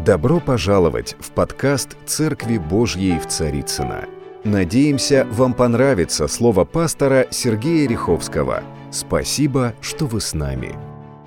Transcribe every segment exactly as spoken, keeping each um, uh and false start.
Добро пожаловать в подкаст «Церкви Божьей в Царицыно». Надеемся, вам понравится слово пастора Сергея Риховского. Спасибо, что вы с нами.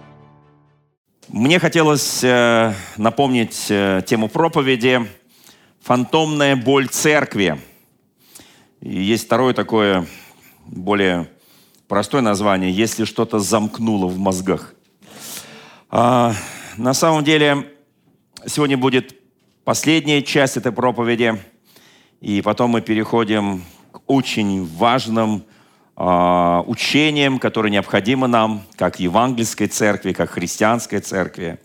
Мне хотелось э, напомнить э, тему проповеди «Фантомная боль церкви». И есть второе такое, более простое название «Если что-то замкнуло в мозгах». А, на самом деле, сегодня будет последняя часть этой проповеди, и потом мы переходим к очень важным э, учениям, которые необходимы нам, как евангельской церкви, как христианской церкви.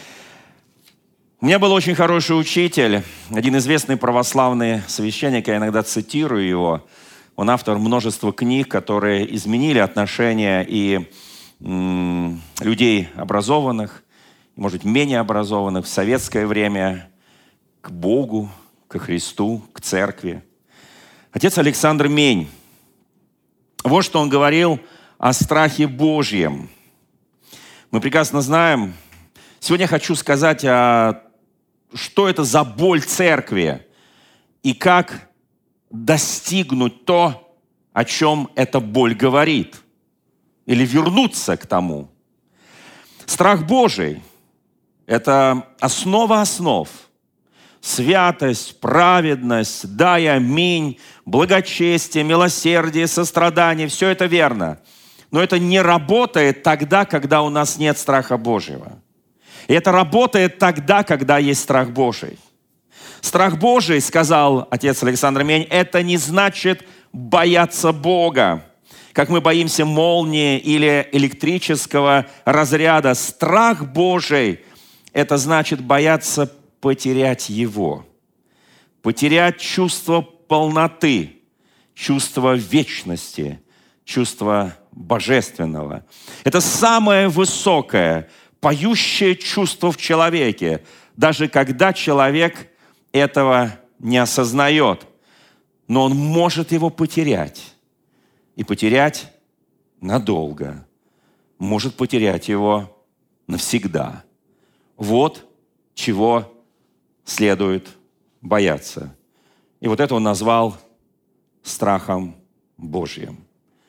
У меня был очень хороший учитель, один известный православный священник, я иногда цитирую его. Он автор множества книг, которые изменили отношения и м, людей образованных, может быть, менее образованных в советское время к Богу, ко Христу, к церкви. Отец Александр Мень. Вот что он говорил о страхе Божьем. Мы прекрасно знаем, сегодня я хочу сказать, о, что это за боль церкви и как достигнуть то, о чем эта боль говорит, или вернуться к тому. Страх Божий – это основа основ. Святость, праведность, да и аминь, благочестие, милосердие, сострадание – все это верно. Но это не работает тогда, когда у нас нет страха Божьего. И это работает тогда, когда есть страх Божий. Страх Божий, сказал отец Александр Мень, это не значит бояться Бога. Как мы боимся молнии или электрического разряда. Страх Божий – это значит бояться потерять Его, потерять чувство полноты, чувство вечности, чувство божественного. Это самое высокое, поющее чувство в человеке, даже когда человек этого не осознает, но он может его потерять, и потерять надолго, может потерять его навсегда. Вот чего следует бояться. И вот это он назвал страхом Божьим.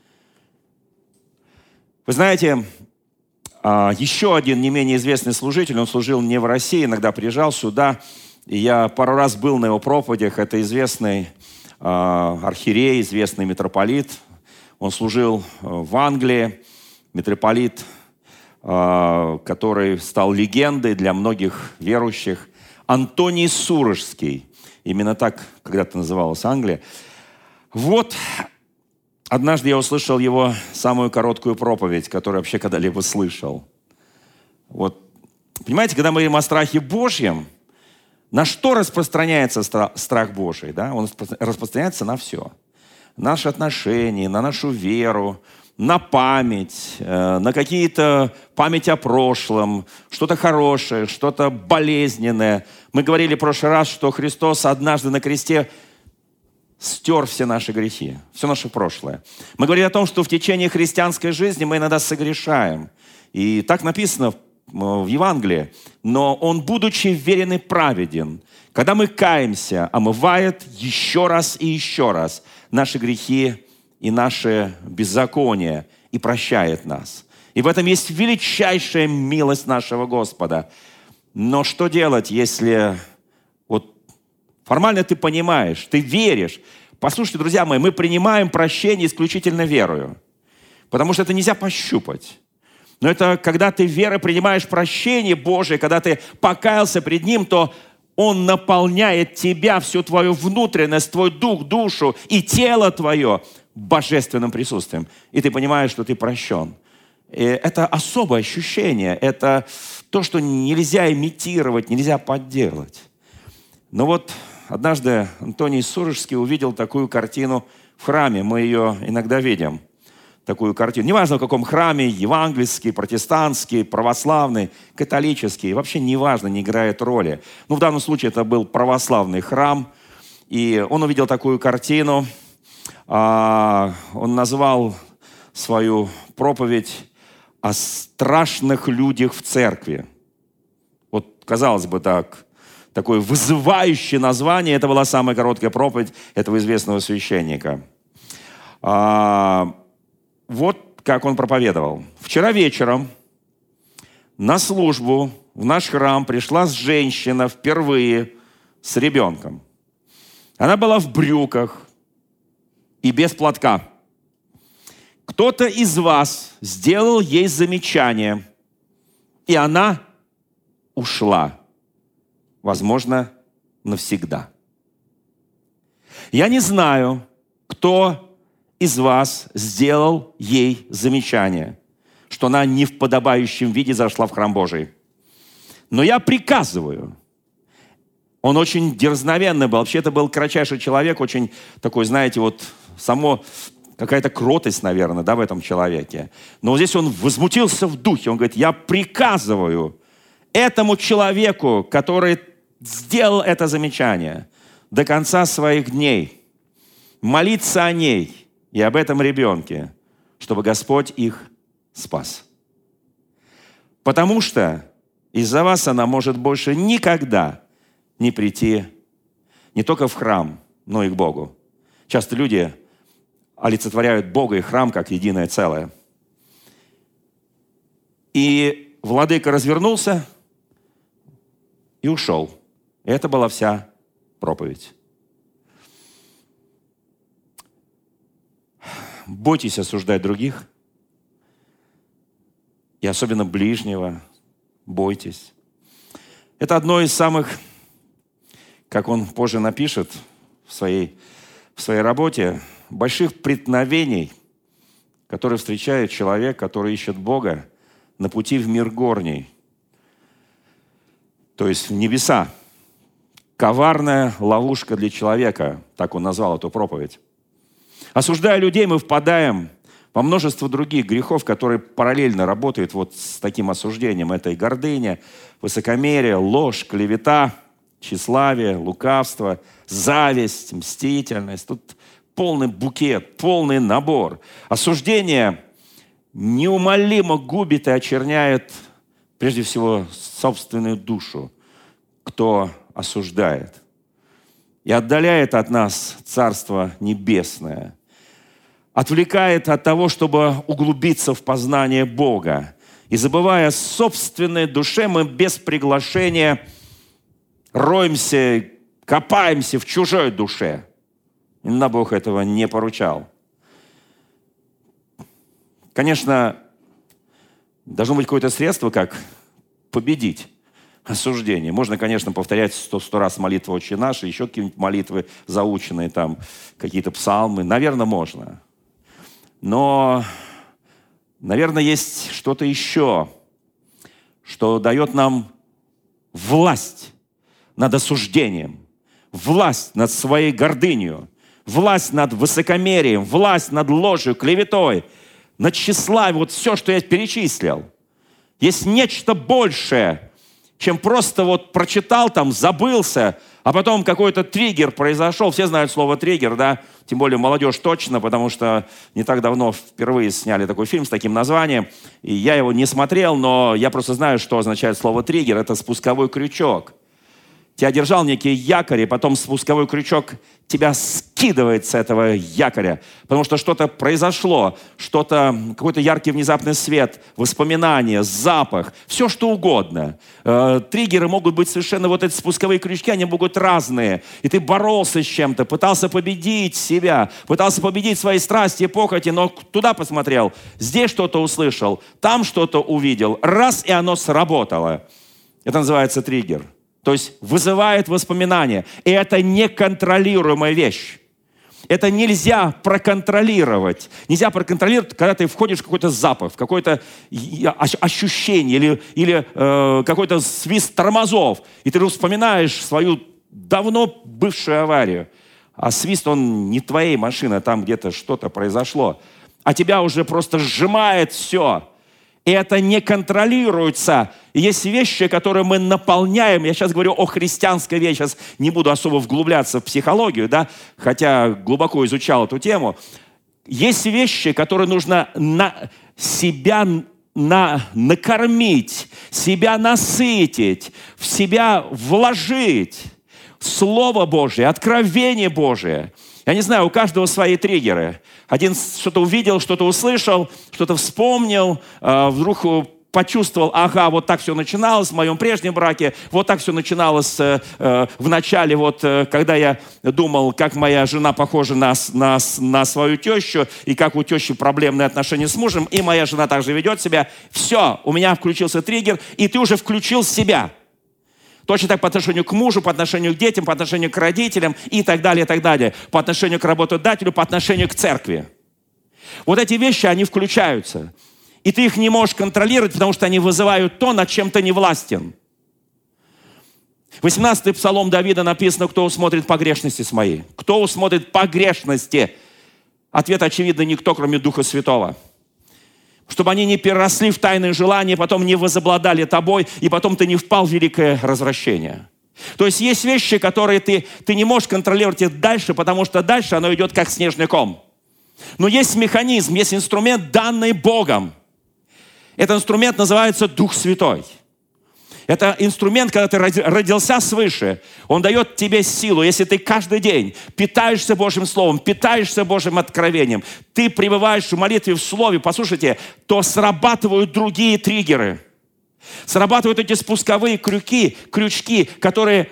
Вы знаете, еще один не менее известный служитель, он служил не в России, иногда приезжал сюда, и я пару раз был на его проповедях. Это известный архиерей, известный митрополит. Он служил в Англии, митрополит, который стал легендой для многих верующих. Антоний Сурожский. Именно так когда-то называлась Англия. Вот однажды я услышал его самую короткую проповедь, которую вообще когда-либо слышал. Вот. Понимаете, когда мы говорим о страхе Божьем, на что распространяется страх Божий? Да? Он распространяется на все. Наши отношения, на нашу веру, на память, на какие-то память о прошлом, что-то хорошее, что-то болезненное. Мы говорили в прошлый раз, что Христос однажды на кресте стер все наши грехи, все наше прошлое. Мы говорили о том, что в течение христианской жизни мы иногда согрешаем. И так написано в Евангелии. Но Он, будучи верен и праведен, когда мы каемся, омывает еще раз и еще раз наши грехи и наше беззаконие, и прощает нас. И в этом есть величайшая милость нашего Господа. Но что делать, если вот формально ты понимаешь, ты веришь? Послушайте, друзья мои, мы принимаем прощение исключительно верою, потому что это нельзя пощупать. Но это когда ты верой принимаешь прощение Божие, когда ты покаялся пред Ним, то Он наполняет тебя, всю твою внутренность, твой дух, душу и тело твое божественным присутствием. И ты понимаешь, что ты прощен. И это особое ощущение. Это то, что нельзя имитировать, нельзя подделать. Но вот однажды Антоний Сурожский увидел такую картину в храме. Мы ее иногда видим. Такую картину. Неважно, в каком храме, евангельский, протестантский, православный, католический. Вообще неважно, не играет роли. Ну, в данном случае это был православный храм. И он увидел такую картину. Он назвал свою проповедь о страшных людях в церкви. Вот, казалось бы, так, такое вызывающее название. Это была самая короткая проповедь этого известного священника. А, вот как он проповедовал. Вчера вечером на службу в наш храм пришла женщина впервые с ребенком. Она была в брюках и без платка. Кто-то из вас сделал ей замечание, и она ушла. Возможно, навсегда. Я не знаю, кто из вас сделал ей замечание, что она не в подобающем виде зашла в храм Божий. Но я приказываю. Он очень дерзновенный был. Вообще, это был кратчайший человек, очень такой, знаете, вот само какая-то кротость, наверное, да, в этом человеке. Но вот здесь он возмутился в духе. Он говорит, я приказываю этому человеку, который сделал это замечание, до конца своих дней молиться о ней и об этом ребенке, чтобы Господь их спас. Потому что из-за вас она может больше никогда не прийти не только в храм, но и к Богу. Часто люди олицетворяют Бога и храм как единое целое. И владыка развернулся и ушел. И это была вся проповедь. Бойтесь осуждать других, и особенно ближнего. Бойтесь. Это одно из самых, как он позже напишет в своей, в своей работе, больших преткновений, которые встречает человек, который ищет Бога на пути в мир горний, то есть в небеса. Коварная ловушка для человека, так он назвал эту проповедь. Осуждая людей, мы впадаем во множество других грехов, которые параллельно работают вот с таким осуждением. Это и гордыня, высокомерие, ложь, клевета, тщеславие, лукавство, зависть, мстительность. Тут полный букет, полный набор. Осуждение неумолимо губит и очерняет прежде всего собственную душу, кто осуждает, и отдаляет от нас Царство Небесное, отвлекает от того, чтобы углубиться в познание Бога. И забывая о собственной душе, мы без приглашения роемся, копаемся в чужой душе. И на Бог этого не поручал. Конечно, должно быть какое-то средство, как победить осуждение. Можно, конечно, повторять сто, сто раз молитву «Отче наш», еще какие-нибудь молитвы заученные, там, какие-то псалмы. Наверное, можно. Но, наверное, есть что-то еще, что дает нам власть над осуждением, власть над своей гордыней, власть над высокомерием, власть над ложью, клеветой, над тщеславием. Вот все, что я перечислил. Есть нечто большее, чем просто вот прочитал там, забылся, а потом какой-то триггер произошел. Все знают слово триггер, да? Тем более молодежь точно, потому что не так давно впервые сняли такой фильм с таким названием. И я его не смотрел, но я просто знаю, что означает слово триггер. Это спусковой крючок. Тебя держал некий якорь, и потом спусковой крючок тебя скидывает с этого якоря, потому что что-то произошло, что-то, какой-то яркий внезапный свет, воспоминания, запах, все что угодно. Э, триггеры могут быть совершенно, вот эти спусковые крючки, они могут разные. И ты боролся с чем-то, пытался победить себя, пытался победить свои страсти и похоти, но туда посмотрел, здесь что-то услышал, там что-то увидел, раз, и оно сработало. Это называется триггер. То есть вызывает воспоминания. И это неконтролируемая вещь. Это нельзя проконтролировать. Нельзя проконтролировать, когда ты входишь в какой-то запах, в какое-то ощущение или, или э, какой-то свист тормозов. И ты вспоминаешь свою давно бывшую аварию. А свист, он не твоей машины, там где-то что-то произошло. А тебя уже просто сжимает все. И это не контролируется. И есть вещи, которые мы наполняем. Я сейчас говорю о христианской вещи. Сейчас не буду особо вглубляться в психологию, да, хотя глубоко изучал эту тему. Есть вещи, которые нужно на себя на, накормить, себя насытить, в себя вложить Слово Божие, откровение Божие. Я не знаю, у каждого свои триггеры. Один что-то увидел, что-то услышал, что-то вспомнил, вдруг почувствовал, ага, вот так все начиналось в моем прежнем браке, вот так все начиналось э, в начале, вот, э, когда я думал, как моя жена похожа на, на, на свою тещу, и как у тещи проблемные отношения с мужем, и моя жена также ведет себя. Все, у меня включился триггер, и ты уже включил себя. Точно так по отношению к мужу, по отношению к детям, по отношению к родителям и так далее, и так далее. По отношению к работодателю, по отношению к церкви. Вот эти вещи, они включаются. И ты их не можешь контролировать, потому что они вызывают то, над чем ты не властен. восемнадцатый псалом Давида написано, кто усмотрит погрешности свои. Кто усмотрит погрешности? Ответ очевидно, никто, кроме Духа Святого. Чтобы они не переросли в тайные желания, потом не возобладали тобой, и потом ты не впал в великое развращение. То есть есть вещи, которые ты, ты не можешь контролировать их дальше, потому что дальше оно идет как снежный ком. Но есть механизм, есть инструмент, данный Богом. Этот инструмент называется Дух Святой. Это инструмент, когда ты родился свыше. Он дает тебе силу. Если ты каждый день питаешься Божьим Словом, питаешься Божьим откровением, ты пребываешь в молитве, в Слове, послушайте, то срабатывают другие триггеры. Срабатывают эти спусковые крюки, крючки, которые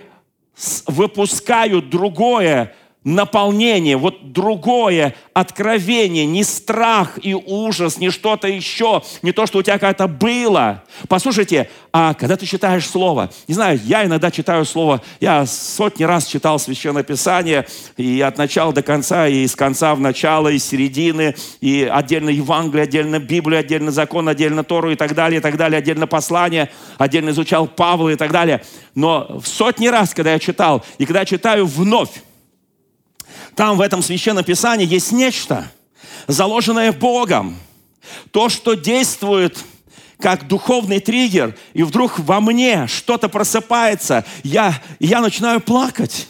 выпускают другое наполнение, вот другое откровение, не страх и ужас, не что-то еще, не то, что у тебя когда-то было. Послушайте, а когда ты читаешь Слово, не знаю, я иногда читаю Слово, я сотни раз читал Священное Писание, и от начала до конца, и с конца в начало, и с середины, и отдельно Евангелие, отдельно Библию, отдельно закон, отдельно Тору и так далее, и так далее, отдельно послание, отдельно изучал Павла и так далее. Но в сотни раз, когда я читал, и когда я читаю вновь, там в этом Священном Писании есть нечто, заложенное Богом. То, что действует как духовный триггер, и вдруг во мне что-то просыпается, я, я начинаю плакать.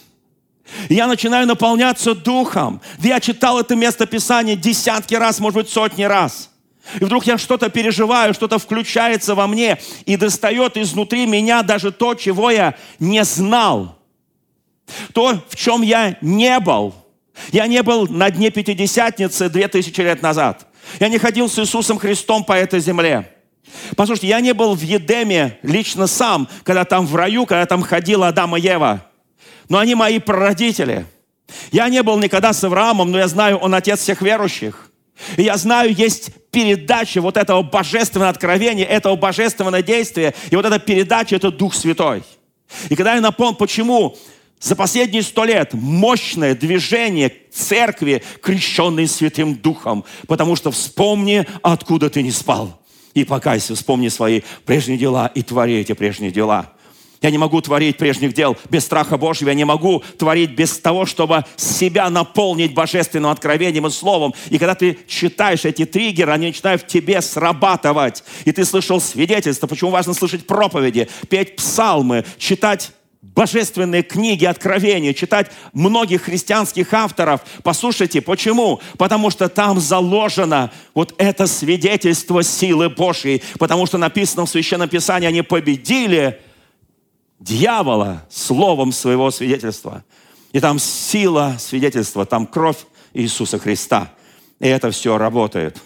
Я начинаю наполняться Духом. Я читал это место Писания десятки раз, может быть, сотни раз. И вдруг я что-то переживаю, что-то включается во мне и достает изнутри меня даже то, чего я не знал. То, в чем я не был. Я не был на дне Пятидесятницы две тысячи лет назад. Я не ходил с Иисусом Христом по этой земле. Послушайте, я не был в Едеме лично сам, когда там в раю, когда там ходил Адам и Ева. Но они мои прародители. Я не был никогда с Авраамом, но я знаю, он отец всех верующих. И я знаю, есть передача вот этого божественного откровения, этого божественного действия. И вот эта передача – это Дух Святой. И когда я напомнил, почему за последние сто лет мощное движение церкви, крещенной Святым Духом. Потому что вспомни, откуда ты не спал. И покайся, вспомни свои прежние дела и твори эти прежние дела. Я не могу творить прежних дел без страха Божьего. Я не могу творить без того, чтобы себя наполнить божественным откровением и словом. И когда ты читаешь эти триггеры, они начинают в тебе срабатывать. И ты слышал свидетельства. Почему важно слышать проповеди, петь псалмы, читать божественные книги, откровения, читать многих христианских авторов. Послушайте, почему? Потому что там заложено вот это свидетельство силы Божьей. Потому что написано в Священном Писании, они победили дьявола словом своего свидетельства. И там сила свидетельства, там кровь Иисуса Христа. И это все работает.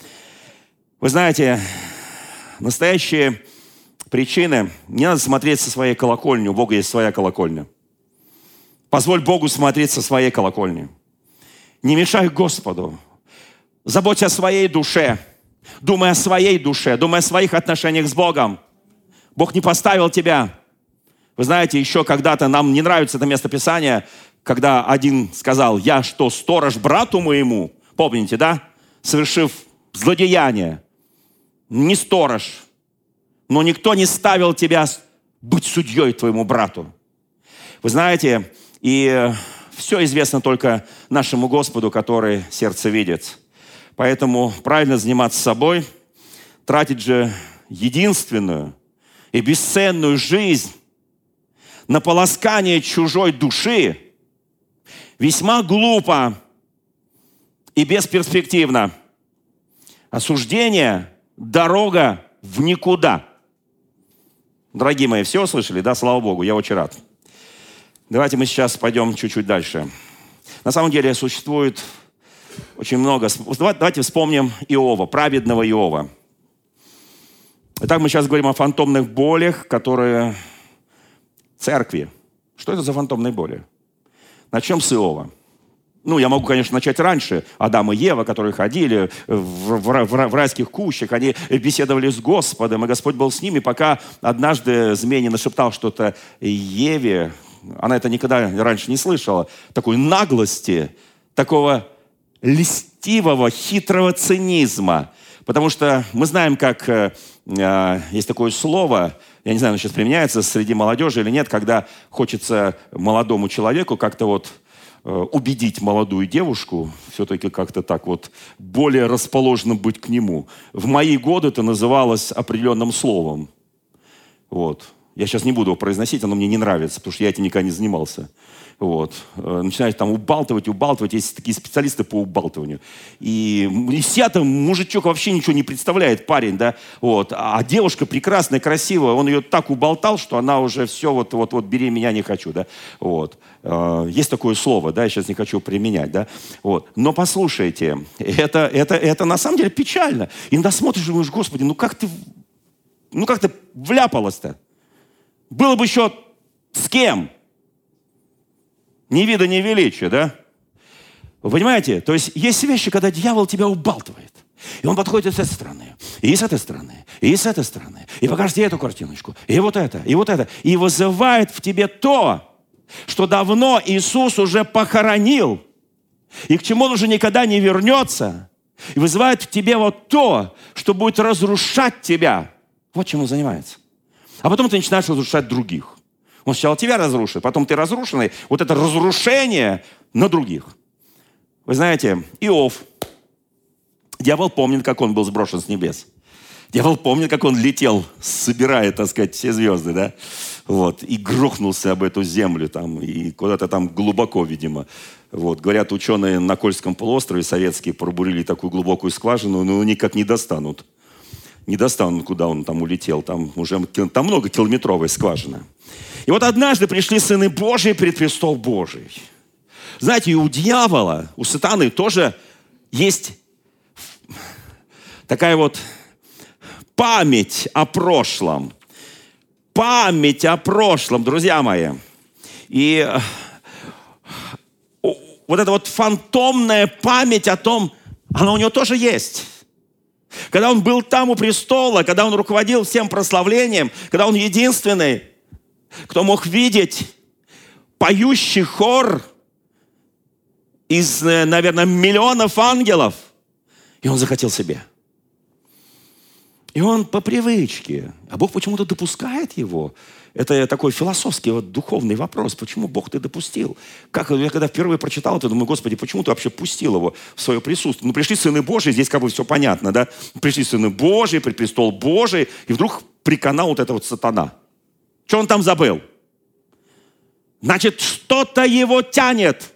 Вы знаете, настоящие причины, не надо смотреть со своей колокольни, у Бога есть своя колокольня. Позволь Богу смотреть со своей колокольни. Не мешай Господу. Заботься о своей душе. Думай о своей душе, думай о своих отношениях с Богом. Бог не поставил тебя. Вы знаете, еще когда-то нам не нравится это местописание, когда один сказал, я что, сторож брату моему? Помните, да? Совершив злодеяние. Не сторож. Но никто не ставил тебя быть судьей твоему брату. Вы знаете, и все известно только нашему Господу, который сердце видит. Поэтому правильно заниматься собой, тратить же единственную и бесценную жизнь на полоскание чужой души весьма глупо и бесперспективно. Осуждение дорога в никуда. Дорогие мои, все услышали, да? Слава Богу, я очень рад. Давайте мы сейчас пойдем чуть-чуть дальше. На самом деле существует очень много. Давайте вспомним Иова, праведного Иова. Итак, мы сейчас говорим о фантомных болях, которые церкви. Что это за фантомные боли? Начнем с Иова. Ну, я могу, конечно, начать раньше. Адам и Ева, которые ходили в, в, в, в райских кущах, они беседовали с Господом, и Господь был с ними, пока однажды змей не нашептал что-то Еве. Она это никогда раньше не слышала. Такой наглости, такого льстивого, хитрого цинизма. Потому что мы знаем, как э, есть такое слово, я не знаю, оно сейчас применяется среди молодежи или нет, когда хочется молодому человеку как-то вот э, убедить молодую девушку, все-таки как-то так вот более расположенным быть к нему. В мои годы это называлось определенным словом. Вот. Я сейчас не буду его произносить, оно мне не нравится, потому что я этим никогда не занимался. Вот. Начинают там убалтывать, убалтывать. Есть такие специалисты по убалтыванию. И, и себя там мужичок вообще ничего не представляет, парень, да. Вот. А девушка прекрасная, красивая, он ее так уболтал, что она уже все, вот, вот, вот, бери меня, не хочу, да. Вот. Есть такое слово, да, я сейчас не хочу применять, да. Вот. Но послушайте, это, это, это на самом деле печально. Иногда смотришь и думаешь, Господи, ну как ты, ну как ты вляпалась-то? Было бы еще с кем? Ни вида, ни величия, да? Вы понимаете? То есть есть вещи, когда дьявол тебя убалтывает. И он подходит и с этой стороны, и с этой стороны, и с этой стороны. И покажет тебе эту картиночку, и вот это, и вот это. И вызывает в тебе то, что давно Иисус уже похоронил. И к чему он уже никогда не вернется. И вызывает в тебе вот то, что будет разрушать тебя. Вот чем он занимается. А потом ты начинаешь разрушать других. Он сначала тебя разрушит, потом ты разрушенный. Вот это разрушение на других. Вы знаете, Иов, дьявол помнит, как он был сброшен с небес. Дьявол помнит, как он летел, собирая, так сказать, все звезды, да? Вот, и грохнулся об эту землю там, и куда-то там глубоко, видимо. Вот, говорят, ученые на Кольском полуострове советские пробурили такую глубокую скважину, но никак не достанут. Не достанут, куда он там улетел. Там уже там много километровая скважина. И вот однажды пришли сыны Божьи перед престол Божий. Знаете, и у дьявола, у сатаны тоже есть такая вот память о прошлом. Память о прошлом, друзья мои. И вот эта вот фантомная память о том, она у него тоже есть. Когда он был там у престола, когда он руководил всем прославлением, когда он единственный, кто мог видеть поющий хор из, наверное, миллионов ангелов, и он захотел себе. И он по привычке, а Бог почему-то допускает его. Это такой философский, вот, духовный вопрос. Почему Бог ты допустил? Как, я когда впервые прочитал это, думаю, Господи, почему ты вообще пустил его в свое присутствие? Ну, пришли сыны Божьи, здесь как бы все понятно, да? Пришли сыны Божьи, пред престол Божий, и вдруг приканал вот это вот сатана. Что он там забыл? Значит, что-то его тянет.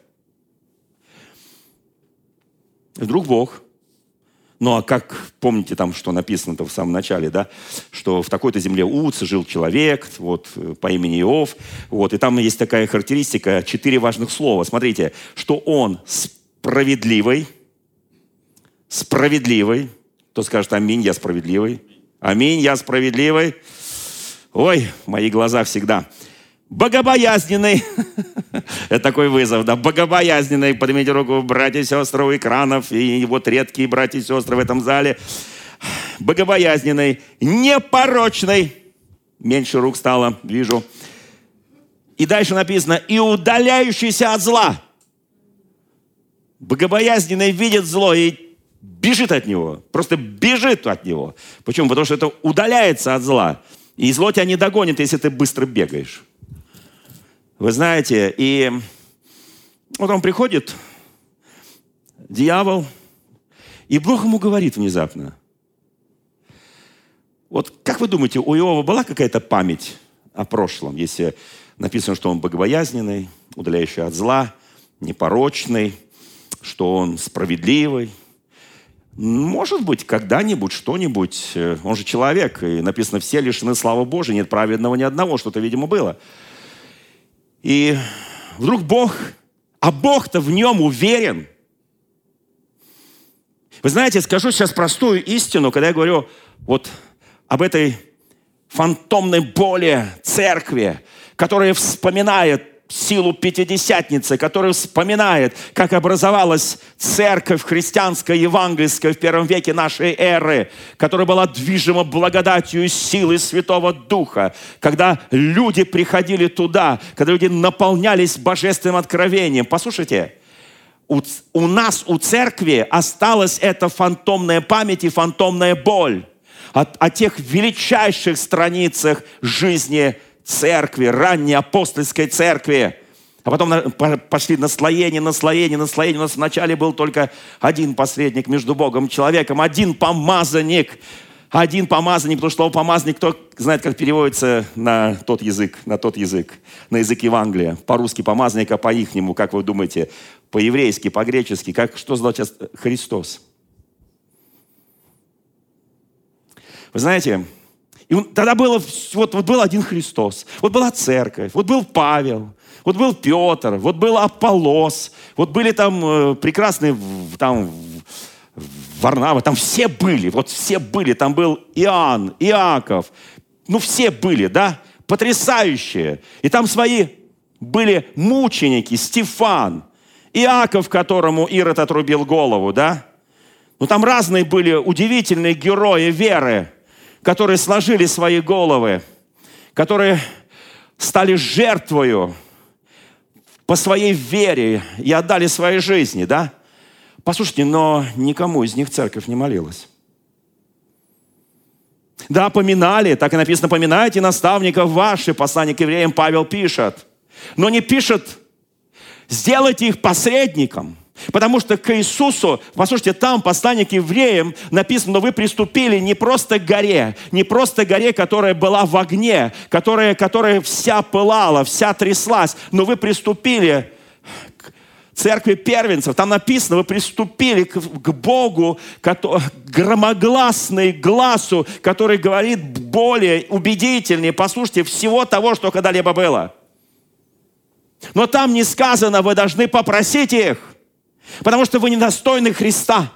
И вдруг Бог... Ну, а как, помните там, что написано-то в самом начале, да, что в такой-то земле Уц жил человек, вот, по имени Иов, вот, и там есть такая характеристика, четыре важных слова. Смотрите, что он справедливый, справедливый, кто скажет аминь, я справедливый, аминь, я справедливый, ой, мои глаза всегда, богобоязненный, это такой вызов, да, богобоязненный, поднимите руку, братья и сестры у экранов, и вот редкие братья и сестры в этом зале, богобоязненный, непорочный, меньше рук стало, вижу, и дальше написано, и удаляющийся от зла, богобоязненный видит зло и бежит от него, просто бежит от него, почему? Потому что это удаляется от зла, и зло тебя не догонит, если ты быстро бегаешь. Вы знаете, и вот он приходит, дьявол, и Бог ему говорит внезапно. Вот как вы думаете, у Иова была какая-то память о прошлом, если написано, что он богобоязненный, удаляющий от зла, непорочный, что он справедливый? Может быть, когда-нибудь, что-нибудь. Он же человек, и написано, все лишены славы Божией, нет праведного ни одного, что-то, видимо, было. И вдруг Бог, а Бог-то в нем уверен. Вы знаете, скажу сейчас простую истину, когда я говорю вот об этой фантомной боли церкви, которая вспоминает силу Пятидесятницы, которая вспоминает, как образовалась церковь христианская, евангельская в первом веке нашей эры, которая была движима благодатью и силой Святого Духа, когда люди приходили туда, когда люди наполнялись божественным откровением. Послушайте, у, у нас, у церкви осталась эта фантомная память и фантомная боль о, о тех величайших страницах жизни церкви, ранней апостольской церкви. А потом пошли наслоения, наслоения, наслоения. У нас вначале был только один посредник между Богом и человеком, один помазанник. Один помазанник, потому что слово помазанник, кто знает, как переводится на тот язык, на тот язык, на язык Евангелия. По-русски помазанник, а по-ихнему, как вы думаете, по-еврейски, по-гречески, как, что значит Христос? Вы знаете, и тогда было, вот, вот был один Христос, вот была церковь, вот был Павел, вот был Петр, вот был Аполлос, вот были там э, прекрасные там, Варнава, там все были, вот все были, там был Иоанн, Иаков, ну все были, да, потрясающие. И там свои были мученики, Стефан, Иаков, которому Ирод отрубил голову, да. Ну там разные были удивительные герои веры, которые сложили свои головы, которые стали жертвою по своей вере и отдали свои жизни, да? Послушайте, но никому из них церковь не молилась. Да, поминали, так и написано, поминайте наставников ваших, посланник к евреям Павел пишет. Но не пишет, сделайте их посредником. Потому что к Иисусу, послушайте, там, посланник к евреям, написано, но вы приступили не просто к горе, не просто к горе, которая была в огне, которая, которая вся пылала, вся тряслась, но вы приступили к церкви первенцев. Там написано, вы приступили к, к Богу, который, громогласный глазу, который говорит более убедительнее, послушайте, всего того, что когда-либо было. Но там не сказано, вы должны попросить их. Потому что вы недостойны Христа.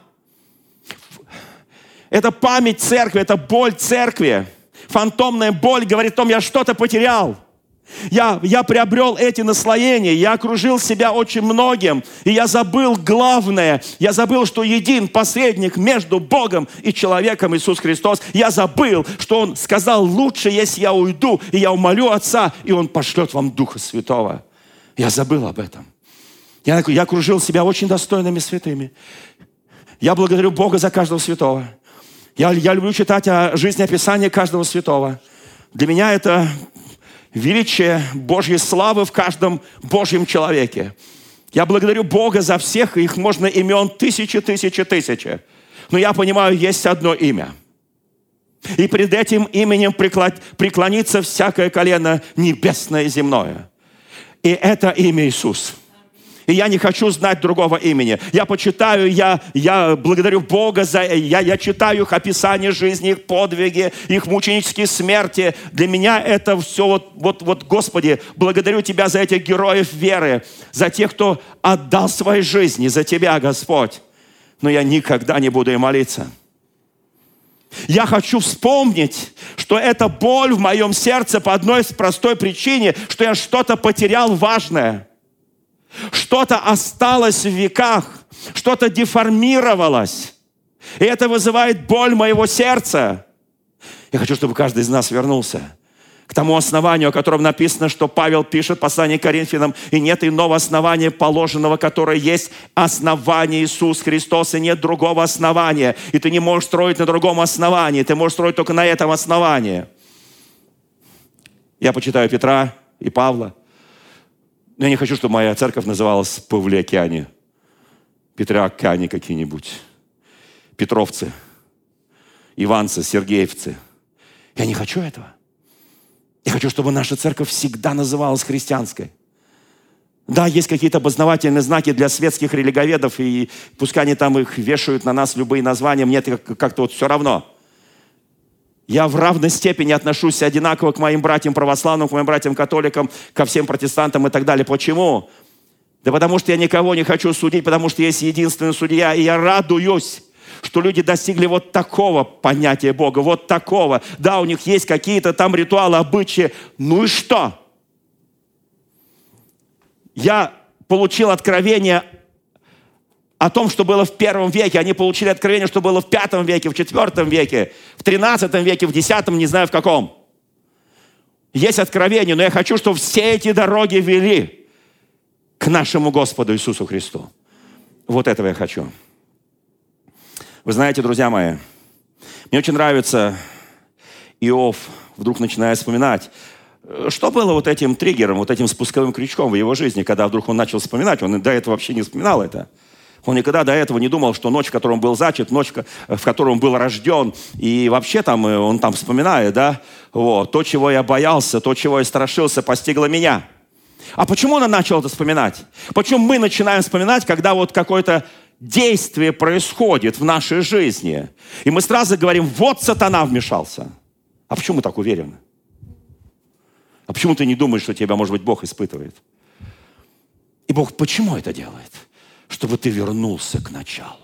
Это память церкви, это боль церкви. Фантомная боль говорит о том, я что-то потерял. Я, я приобрел эти наслоения, я окружил себя очень многим, и я забыл главное. Я забыл, что един посредник между Богом и человеком Иисус Христос. Я забыл, что Он сказал, лучше, если я уйду, и я умолю Отца, и Он пошлет вам Духа Святого. Я забыл об этом. Я, я окружил себя очень достойными святыми. Я благодарю Бога за каждого святого. Я, я люблю читать о жизнеописании каждого святого. Для меня это величие Божьей славы в каждом Божьем человеке. Я благодарю Бога за всех, их можно имен тысячи, тысячи, тысячи. Но я понимаю, есть одно имя. И пред этим именем преклонится всякое колено небесное и земное. И это имя Иисус. И я не хочу знать другого имени. Я почитаю, я, я благодарю Бога за... Я, я читаю их описание жизни, их подвиги, их мученические смерти. Для меня это все вот, вот, вот, Господи, благодарю Тебя за этих героев веры, за тех, кто отдал свои жизни, за Тебя, Господь. Но я никогда не буду им молиться. Я хочу вспомнить, что это боль в моем сердце по одной простой причине, что я что-то потерял важное. Что-то осталось в веках, что-то деформировалось. И это вызывает боль моего сердца. Я хочу, чтобы каждый из нас вернулся к тому основанию, о котором написано, что Павел пишет в послании к Коринфянам, и нет иного основания положенного, которое есть основание Иисус Христос, и нет другого основания. И ты не можешь строить на другом основании, ты можешь строить только на этом основании. Я почитаю Петра и Павла. Но я не хочу, чтобы моя церковь называлась Павлиакяне, Петроакяне какие-нибудь, Петровцы, Иванцы, Сергеевцы. Я не хочу этого. Я хочу, чтобы наша церковь всегда называлась христианской. Да, есть какие-то обозначительные знаки для светских религоведов, и пускай они там их вешают на нас, любые названия, мне это как-то вот все равно. Я в равной степени отношусь одинаково к моим братьям православным, к моим братьям католикам, ко всем протестантам и так далее. Почему? Да потому что я никого не хочу судить, потому что есть единственный судья, и я радуюсь, что люди достигли вот такого понятия Бога, вот такого. Да, у них есть какие-то там ритуалы, обычаи. Ну и что? Я получил откровение о том, что было в первом веке. Они получили откровение, что было в пятом веке, в четвертом веке, в тринадцатом веке, в десятом, не знаю в каком. Есть откровение, но я хочу, чтобы все эти дороги вели к нашему Господу Иисусу Христу. Вот этого я хочу. Вы знаете, друзья мои, мне очень нравится Иов, вдруг начинает вспоминать, что было вот этим триггером, вот этим спусковым крючком в его жизни, когда вдруг он начал вспоминать. Он до этого вообще не вспоминал это. Он никогда до этого не думал, что ночь, в которой он был зачат, ночь, в которой он был рожден, и вообще там он там вспоминает, да, вот, то, чего я боялся, то, чего я страшился, постигло меня. А почему он начал это вспоминать? Почему мы начинаем вспоминать, когда вот какое-то действие происходит в нашей жизни, и мы сразу говорим, вот сатана вмешался. А почему мы так уверены? А почему ты не думаешь, что тебя, может быть, Бог испытывает? И Бог почему это делает? Чтобы ты вернулся к началу.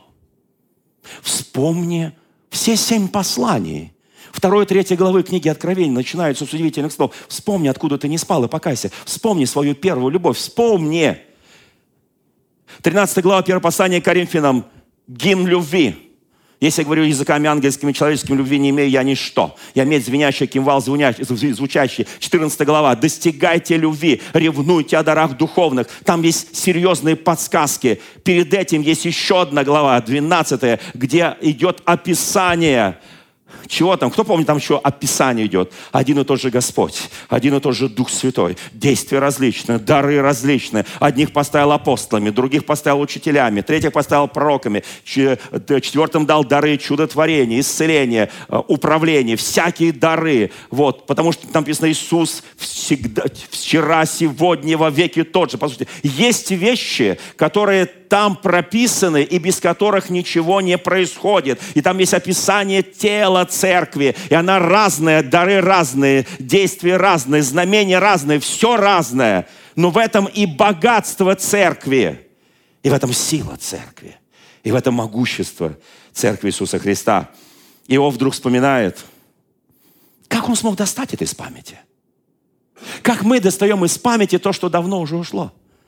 Вспомни все семь посланий. Второй и третьей главы книги Откровения начинаются с удивительных слов. Вспомни, откуда ты не спал, и покайся. Вспомни свою первую любовь. Вспомни. тринадцатая глава, первое послание к Коринфянам. Гимн любви. Если я говорю языками ангельскими, человеческими, любви не имею, я ничто. Я медь звенящая, кимвал звучащий. четырнадцатая глава. Достигайте любви, ревнуйте о дарах духовных. Там есть серьезные подсказки. Перед этим есть еще одна глава, двенадцатая, где идет описание. Чего там? Кто помнит, там еще описание идет? Один и тот же Господь, один и тот же Дух Святой. Действия различные, дары различные. Одних поставил апостолами, других поставил учителями, третьих поставил пророками, четвертым дал дары чудотворения, исцеления, управления, всякие дары. Вот, потому что там написано, Иисус всегда, вчера, сегодня, во веки тот же. По сути, есть вещи, которые там прописаны и без которых ничего не происходит. И там есть описание тела церкви. И она разная, дары разные, действия разные, знамения разные, все разное. Но в этом и богатство церкви, и в этом сила церкви, и в этом могущество церкви Иисуса Христа. Иов вдруг вспоминает, как он смог достать это из памяти. Как мы достаем из памяти то, что давно уже ушло.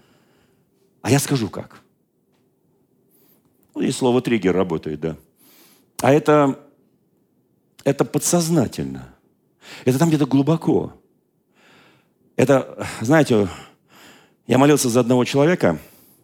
А я скажу как. Ну, и слово триггер работает, да. А это, это подсознательно. Это там где-то глубоко. Это, знаете, я молился за одного человека.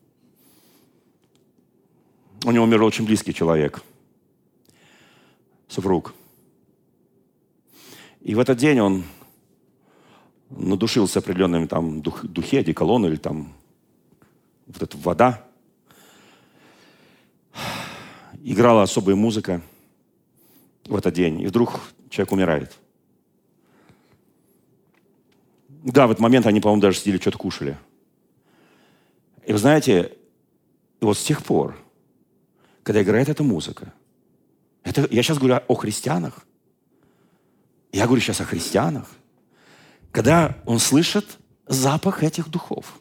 У него умер очень близкий человек. Супруг. И в этот день он надушился определенными там дух, духе, одеколону или там вот эта вода. Играла особая музыка в этот день. И вдруг человек умирает. Да, в этот момент они, по-моему, даже сидели, что-то кушали. И вы знаете, и вот с тех пор, когда играет эта музыка, это, я сейчас говорю о христианах, я говорю сейчас о христианах, когда он слышит запах этих духов,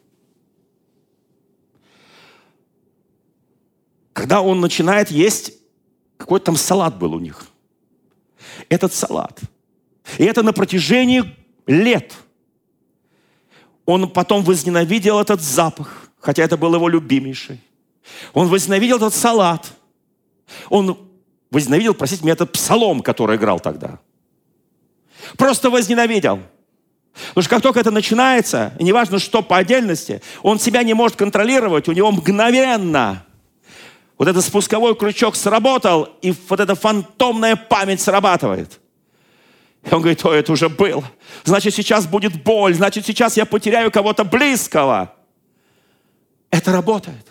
когда он начинает есть, какой-то там салат был у них. Этот салат. И это на протяжении лет. Он потом возненавидел этот запах, хотя это был его любимейший. Он возненавидел этот салат. Он возненавидел, простите меня, этот псалом, который играл тогда. Просто возненавидел. Потому что как только это начинается, и неважно, что по отдельности, он себя не может контролировать, у него мгновенно вот этот спусковой крючок сработал, и вот эта фантомная память срабатывает. И он говорит, о, это уже было. Значит, сейчас будет боль, значит, сейчас я потеряю кого-то близкого. Это работает.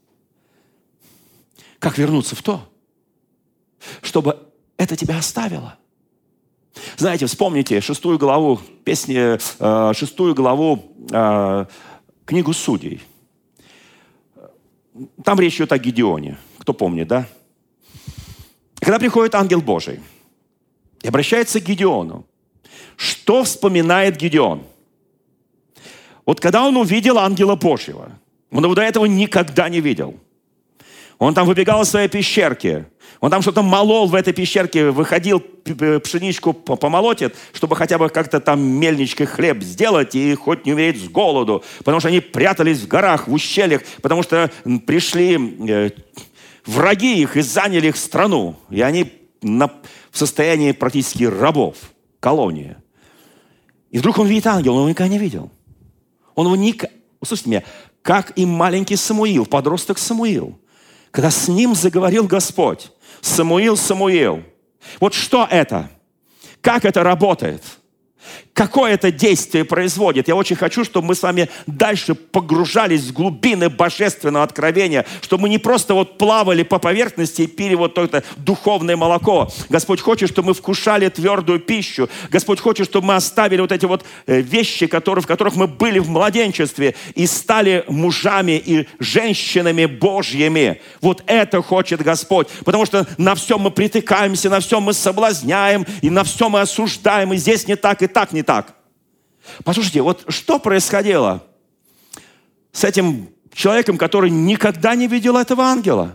Как вернуться в то, чтобы это тебя оставило? Знаете, вспомните шестую главу, песни, шестую главу, книгу Судей. Там речь идет о Гедеоне. Кто помнит, да? Когда приходит ангел Божий и обращается к Гедеону, что вспоминает Гедеон? Вот когда он увидел ангела Божьего, он его до этого никогда не видел. Он там выбегал из своей пещерки, он там что-то молол в этой пещерке, выходил, пшеничку помолотит, чтобы хотя бы как-то там мельничкой хлеб сделать и хоть не умереть с голоду. Потому что они прятались в горах, в ущельях, потому что пришли враги их и заняли их страну. И они на, в состоянии практически рабов, колонии. И вдруг он видит ангела, он его никогда не видел. Он его никогда... Слушайте меня, как и маленький Самуил, подросток Самуил, когда с ним заговорил Господь. Самуил, Самуил. Вот что это? Как это работает? Какое это действие производит? Я очень хочу, чтобы мы с вами дальше погружались в глубины божественного откровения, чтобы мы не просто вот плавали по поверхности и пили вот это духовное молоко. Господь хочет, чтобы мы вкушали твердую пищу. Господь хочет, чтобы мы оставили вот эти вот вещи, которые, в которых мы были в младенчестве, и стали мужами и женщинами Божьими. Вот это хочет Господь. Потому что на всем мы притыкаемся, на всем мы соблазняем, и на всем мы осуждаем, и здесь не так, и так не так. Послушайте, вот что происходило с этим человеком, который никогда не видел этого ангела?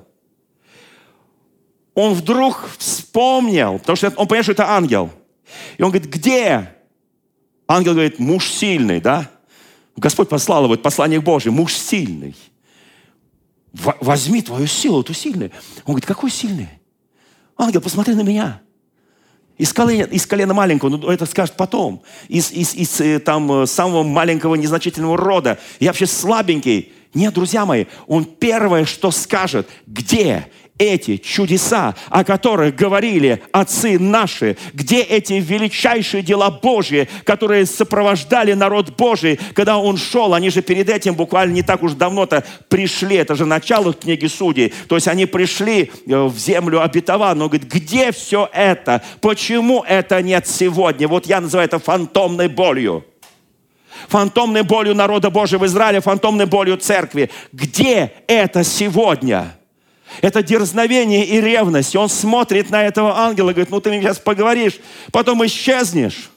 Он вдруг вспомнил, потому что он понимает, что это ангел. И он говорит, где? Ангел говорит, муж сильный, да? Господь послал его, это послание Божие, муж сильный. Возьми твою силу, эту сильную. Он говорит, какой сильный? Ангел, посмотри на меня. Из колена, из колена маленького, ну это скажет потом. Из, из, из там, самого маленького незначительного рода. Я вообще слабенький. Нет, друзья мои, он первое, что скажет, где эти чудеса, о которых говорили отцы наши, где эти величайшие дела Божьи, которые сопровождали народ Божий, когда он шел, они же перед этим буквально не так уж давно-то пришли, это же начало книги Судей, то есть они пришли в землю обетованную, он говорит, где все это, почему это нет сегодня? Вот я называю это фантомной болью. Фантомной болью народа Божьего в Израиле, фантомной болью церкви. Где это сегодня? Это дерзновение и ревность. И он смотрит на этого ангела и говорит, ну ты мне сейчас поговоришь, потом исчезнешь.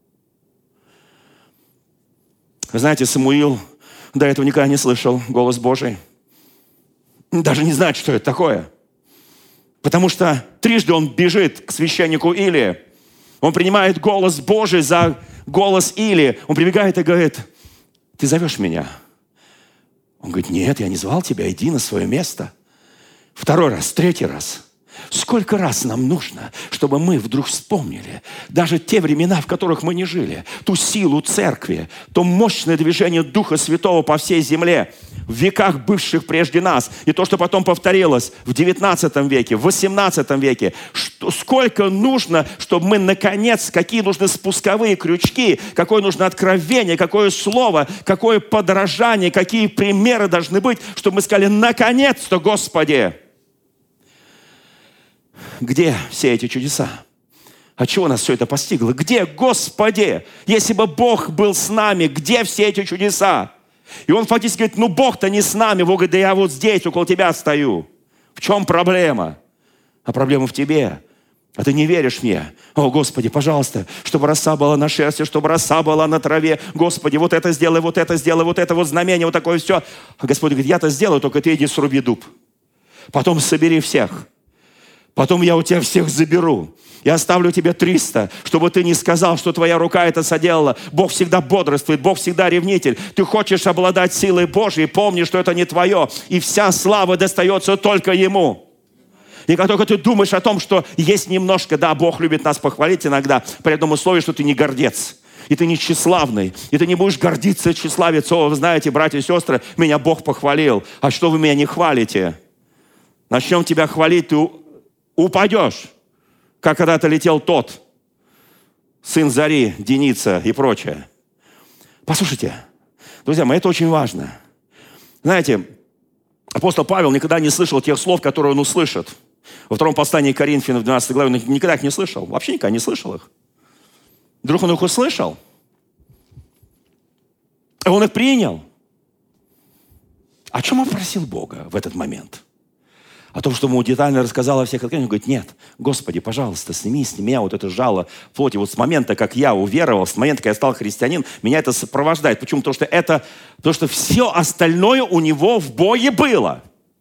Вы знаете, Самуил до этого никогда не слышал голос Божий. Даже не знает, что это такое. Потому что трижды он бежит к священнику Илии. Он принимает голос Божий за голос Илии. Он прибегает и говорит, ты зовешь меня? Он говорит, нет, я не звал тебя, иди на свое место. Второй раз, третий раз. Сколько раз нам нужно, чтобы мы вдруг вспомнили даже те времена, в которых мы не жили, ту силу церкви, то мощное движение Духа Святого по всей земле, в веках бывших прежде нас, и то, что потом повторилось в девятнадцатом веке, в восемнадцатом веке. Что, сколько нужно, чтобы мы, наконец, какие нужны спусковые крючки, какое нужно откровение, какое слово, какое подражание, какие примеры должны быть, чтобы мы сказали, наконец-то, Господи, где все эти чудеса? От чего нас все это постигло? Где, Господи, если бы Бог был с нами, где все эти чудеса? И он фактически говорит, ну Бог-то не с нами. Бог говорит, да я вот здесь, около тебя стою. В чем проблема? А проблема в тебе. А ты не веришь мне. О, Господи, пожалуйста, чтобы роса была на шерсти, чтобы роса была на траве. Господи, вот это сделай, вот это сделай, вот это вот знамение, вот такое все. А Господь говорит, я-то сделаю, только ты иди сруби дуб. Потом собери всех. Потом я у тебя всех заберу. Я оставлю тебе триста, чтобы ты не сказал, что твоя рука это соделала. Бог всегда бодрствует, Бог всегда ревнитель. Ты хочешь обладать силой Божьей, помни, что это не твое. И вся слава достается только Ему. И как только ты думаешь о том, что есть немножко, да, Бог любит нас похвалить иногда, при одном условии, что ты не гордец. И ты не тщеславный. И ты не будешь гордиться и тщеславиться. О, вы знаете, братья и сестры, меня Бог похвалил. А что вы меня не хвалите? Начнем тебя хвалить, ты упадешь, как когда-то летел тот, сын Зари, Деница и прочее. Послушайте, друзья мои, это очень важно. Знаете, апостол Павел никогда не слышал тех слов, которые он услышит. Во втором послании к Коринфянам, в двенадцатой главе, он никогда их не слышал. Вообще никогда не слышал их. Вдруг он их услышал. И он их принял. О чем он просил Бога в этот момент? О том, что ему детально рассказал о всех откровениях. Он говорит, нет, Господи, пожалуйста, сними с меня вот это жало в плоти. Вот с момента, как я уверовал, с момента, как я стал христианин, меня это сопровождает. Почему? Потому что это, потому что все остальное у него в Боге было.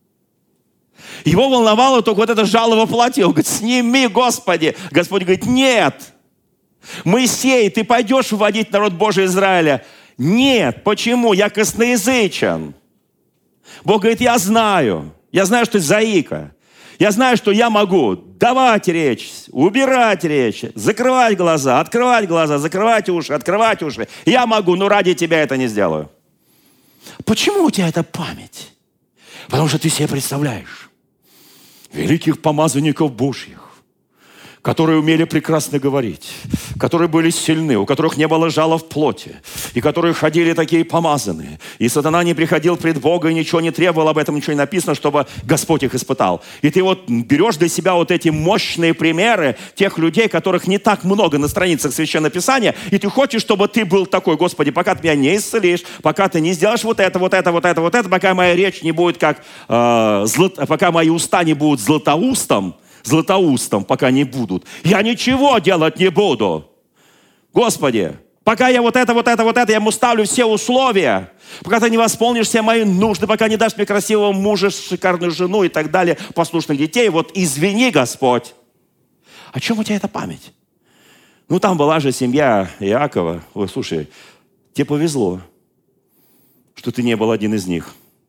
Его волновало только вот это жало во плоти. Он говорит, сними, Господи. Господь говорит, нет. Моисей, ты пойдешь вводить народ Божий Израиля? Нет. Почему? Я косноязычен. Бог говорит, я знаю. Я знаю, что ты заика. Я знаю, что я могу давать речь, убирать речь, закрывать глаза, открывать глаза, закрывать уши, открывать уши. Я могу, но ради тебя это не сделаю. Почему у тебя эта память? Потому что ты себе представляешь великих помазанников Божьих, которые умели прекрасно говорить, которые были сильны, у которых не было жала в плоти, и которые ходили такие помазанные. И сатана не приходил пред Бога и ничего не требовал, об этом ничего не написано, чтобы Господь их испытал. И ты вот берешь для себя вот эти мощные примеры тех людей, которых не так много на страницах Священного Писания, и ты хочешь, чтобы ты был такой, Господи, пока ты меня не исцелишь, пока ты не сделаешь вот это, вот это, вот это, вот это, пока моя речь не будет как, э, зло, пока мои уста не будут златоустом, златоустом, пока не будут. Я ничего делать не буду. Господи, пока я вот это, вот это, вот это, я ему ставлю все условия, пока ты не восполнишь все мои нужды, пока не дашь мне красивого мужа, шикарную жену и так далее, послушных детей, вот извини, Господь. О чем у тебя эта память? Ну, там была же семья Иакова. Ой, слушай, тебе повезло, что ты не был один из них.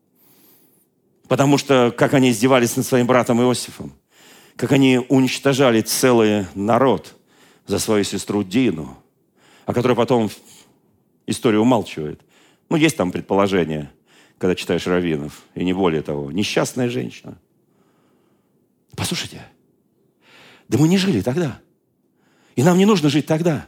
Потому что, как они издевались над своим братом Иосифом, как они уничтожали целый народ за свою сестру Дину, о которой потом история умалчивает. Ну, есть там предположение, когда читаешь раввинов, и не более того. Несчастная женщина. Послушайте, да мы не жили тогда. И нам не нужно жить тогда.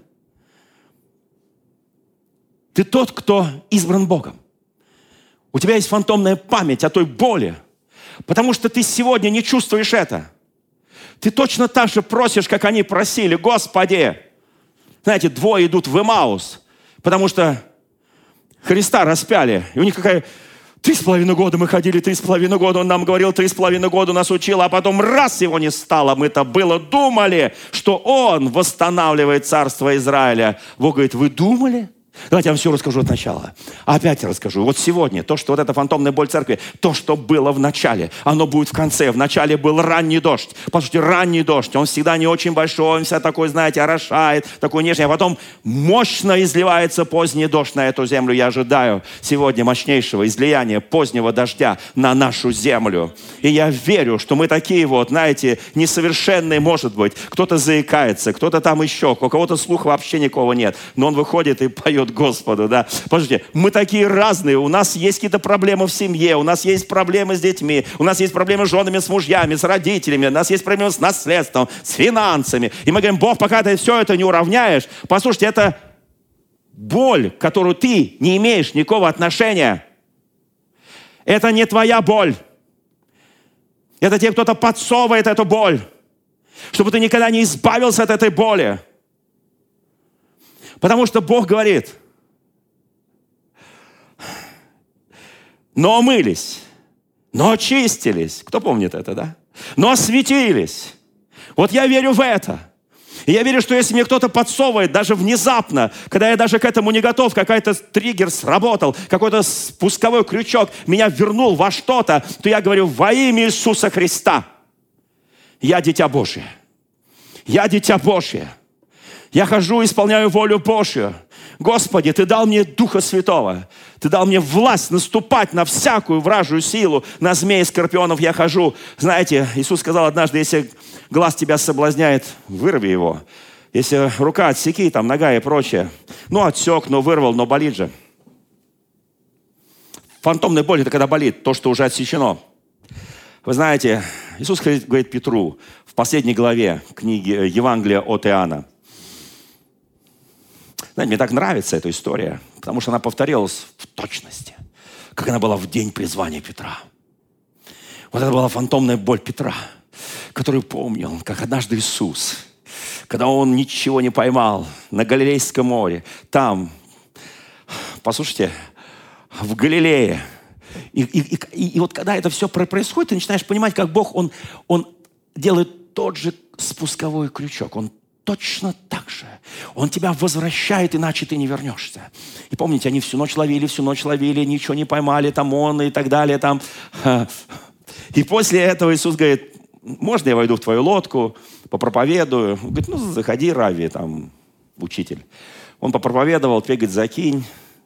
Ты тот, кто избран Богом. У тебя есть фантомная память о той боли, потому что ты сегодня не чувствуешь это. Ты точно так же просишь, как они просили. Господи! Знаете, двое идут в Эмаус, потому что Христа распяли. И у них какая... Три с половиной года мы ходили, три с половиной года он нам говорил, три с половиной года нас учил, а потом раз его не стало. Мы-то было думали, что он восстанавливает царство Израиля. Бог говорит, вы думали? Давайте я вам все расскажу от начала. Опять расскажу. Вот сегодня то, что вот эта фантомная боль церкви, то, что было в начале, оно будет в конце. В начале был ранний дождь. Послушайте, ранний дождь, он всегда не очень большой, он всегда такой, знаете, орошает, такой нежный. А потом мощно изливается поздний дождь на эту землю. Я ожидаю сегодня мощнейшего излияния позднего дождя на нашу землю. И я верю, что мы такие вот, знаете, несовершенные, может быть. Кто-то заикается, кто-то там еще, у кого-то слуха вообще никого нет. Но он выходит и поет Господу, да. Послушайте, мы такие разные, у нас есть какие-то проблемы в семье, у нас есть проблемы с детьми, у нас есть проблемы с женами, с мужьями, с родителями, у нас есть проблемы с наследством, с финансами. И мы говорим, Бог, пока ты все это не уравняешь, послушайте, это боль, к которой ты не имеешь никакого отношения. Это не твоя боль. Это тебе кто-то подсовывает эту боль, чтобы ты никогда не избавился от этой боли. Потому что Бог говорит, но омылись, но очистились. Кто помнит это, да? Но осветились. Вот я верю в это. И я верю, что если мне кто-то подсовывает, даже внезапно, когда я даже к этому не готов, какой-то триггер сработал, какой-то спусковой крючок меня вернул во что-то, то я говорю, во имя Иисуса Христа, я дитя Божие. Я дитя Божие. Я хожу, исполняю волю Божью. Господи, Ты дал мне Духа Святого. Ты дал мне власть наступать на всякую вражью силу. На змеи и скорпионов я хожу. Знаете, Иисус сказал однажды, если глаз тебя соблазняет, вырви его. Если рука отсеки, там нога и прочее. Ну, отсек, но вырвал, но болит же. Фантомная боль – это когда болит то, что уже отсечено. Вы знаете, Иисус говорит Петру в последней главе книги Евангелия от Иоанна. Знаете, мне так нравится эта история, потому что она повторилась в точности, как она была в день призвания Петра. Вот это была фантомная боль Петра, который помнил, как однажды Иисус, когда он ничего не поймал на Галилейском море, там, послушайте, в Галилее, И, и, и, и вот когда это все происходит, ты начинаешь понимать, как Бог, Он, он делает тот же спусковой крючок. Он точно так же. Он тебя возвращает, иначе ты не вернешься. И помните, они всю ночь ловили, всю ночь ловили, ничего не поймали, там он и так далее. Там. И после этого Иисус говорит, можно я войду в твою лодку, попроповедую? Он говорит, ну, заходи, Рави, там, учитель. Он попроповедовал, тебе, говорит, закинь.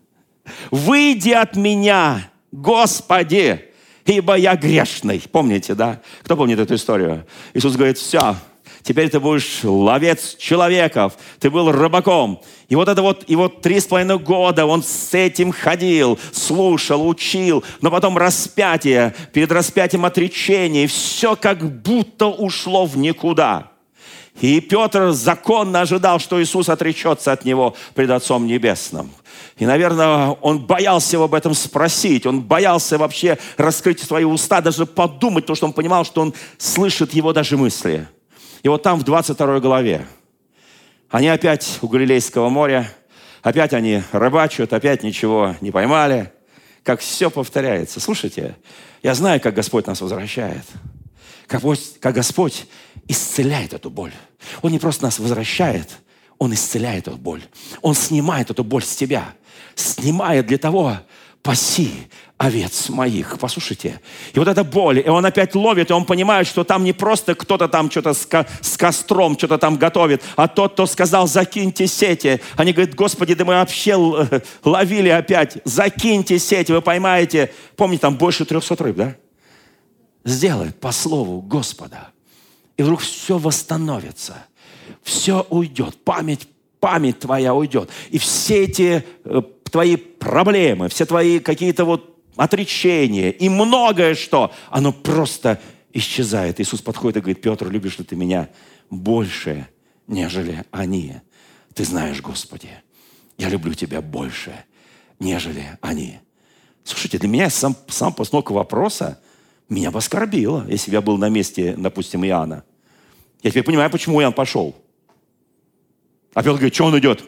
Выйди от меня, Господи, ибо я грешный. Помните, да? Кто помнит эту историю? Иисус говорит, все, теперь ты будешь ловец человеков. Ты был рыбаком. И вот это вот, и вот три с половиной года он с этим ходил, слушал, учил. Но потом распятие, перед распятием отречение. И все как будто ушло в никуда. И Петр законно ожидал, что Иисус отречется от него пред Отцом Небесным. И, наверное, он боялся об этом спросить. Он боялся вообще раскрыть свои уста, даже подумать, потому что он понимал, что он слышит его даже мысли. И вот там в двадцать второй главе они опять у Галилейского моря, опять они рыбачат, опять ничего не поймали. Как все повторяется. Слушайте, я знаю, как Господь нас возвращает. Как, как Господь исцеляет эту боль. Он не просто нас возвращает, Он исцеляет эту боль. Он снимает эту боль с тебя. Снимает для того, паси овец моих. Послушайте. И вот эта боль, и он опять ловит, и он понимает, что там не просто кто-то там что-то с, ко- с костром что-то там готовит, а тот, кто сказал, закиньте сети. Они говорят, Господи, да мы вообще ловили опять. Закиньте сети, вы поймаете. Помните, там больше трехсот рыб, да? Сделает по слову Господа. И вдруг все восстановится. Все уйдет. Память, память твоя уйдет. И все эти э, твои проблемы, все твои какие-то вот отречения и многое что, оно просто исчезает. Иисус подходит и говорит, Петр, любишь ли ты меня больше, нежели они? Ты знаешь, Господи, я люблю тебя больше, нежели они. Слушайте, для меня сам, сам постановка вопроса меня бы оскорбило, если бы я был на месте, допустим, Иоанна. Я теперь понимаю, почему Иоанн пошел. А Петр говорит, что он идет?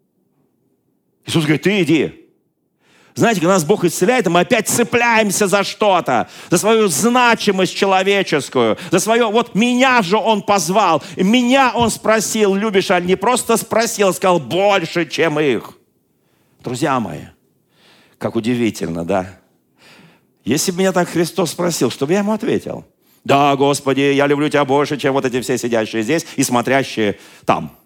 Иисус говорит, ты иди. Знаете, когда нас Бог исцеляет, мы опять цепляемся за что-то, за свою значимость человеческую, за свое, вот меня же Он позвал, меня Он спросил, любишь, а не просто спросил, сказал, больше, чем их. Друзья мои, как удивительно, да? Если бы меня так Христос спросил, что бы я ему ответил? Да, Господи, я люблю тебя больше, чем вот эти все сидящие здесь и смотрящие там.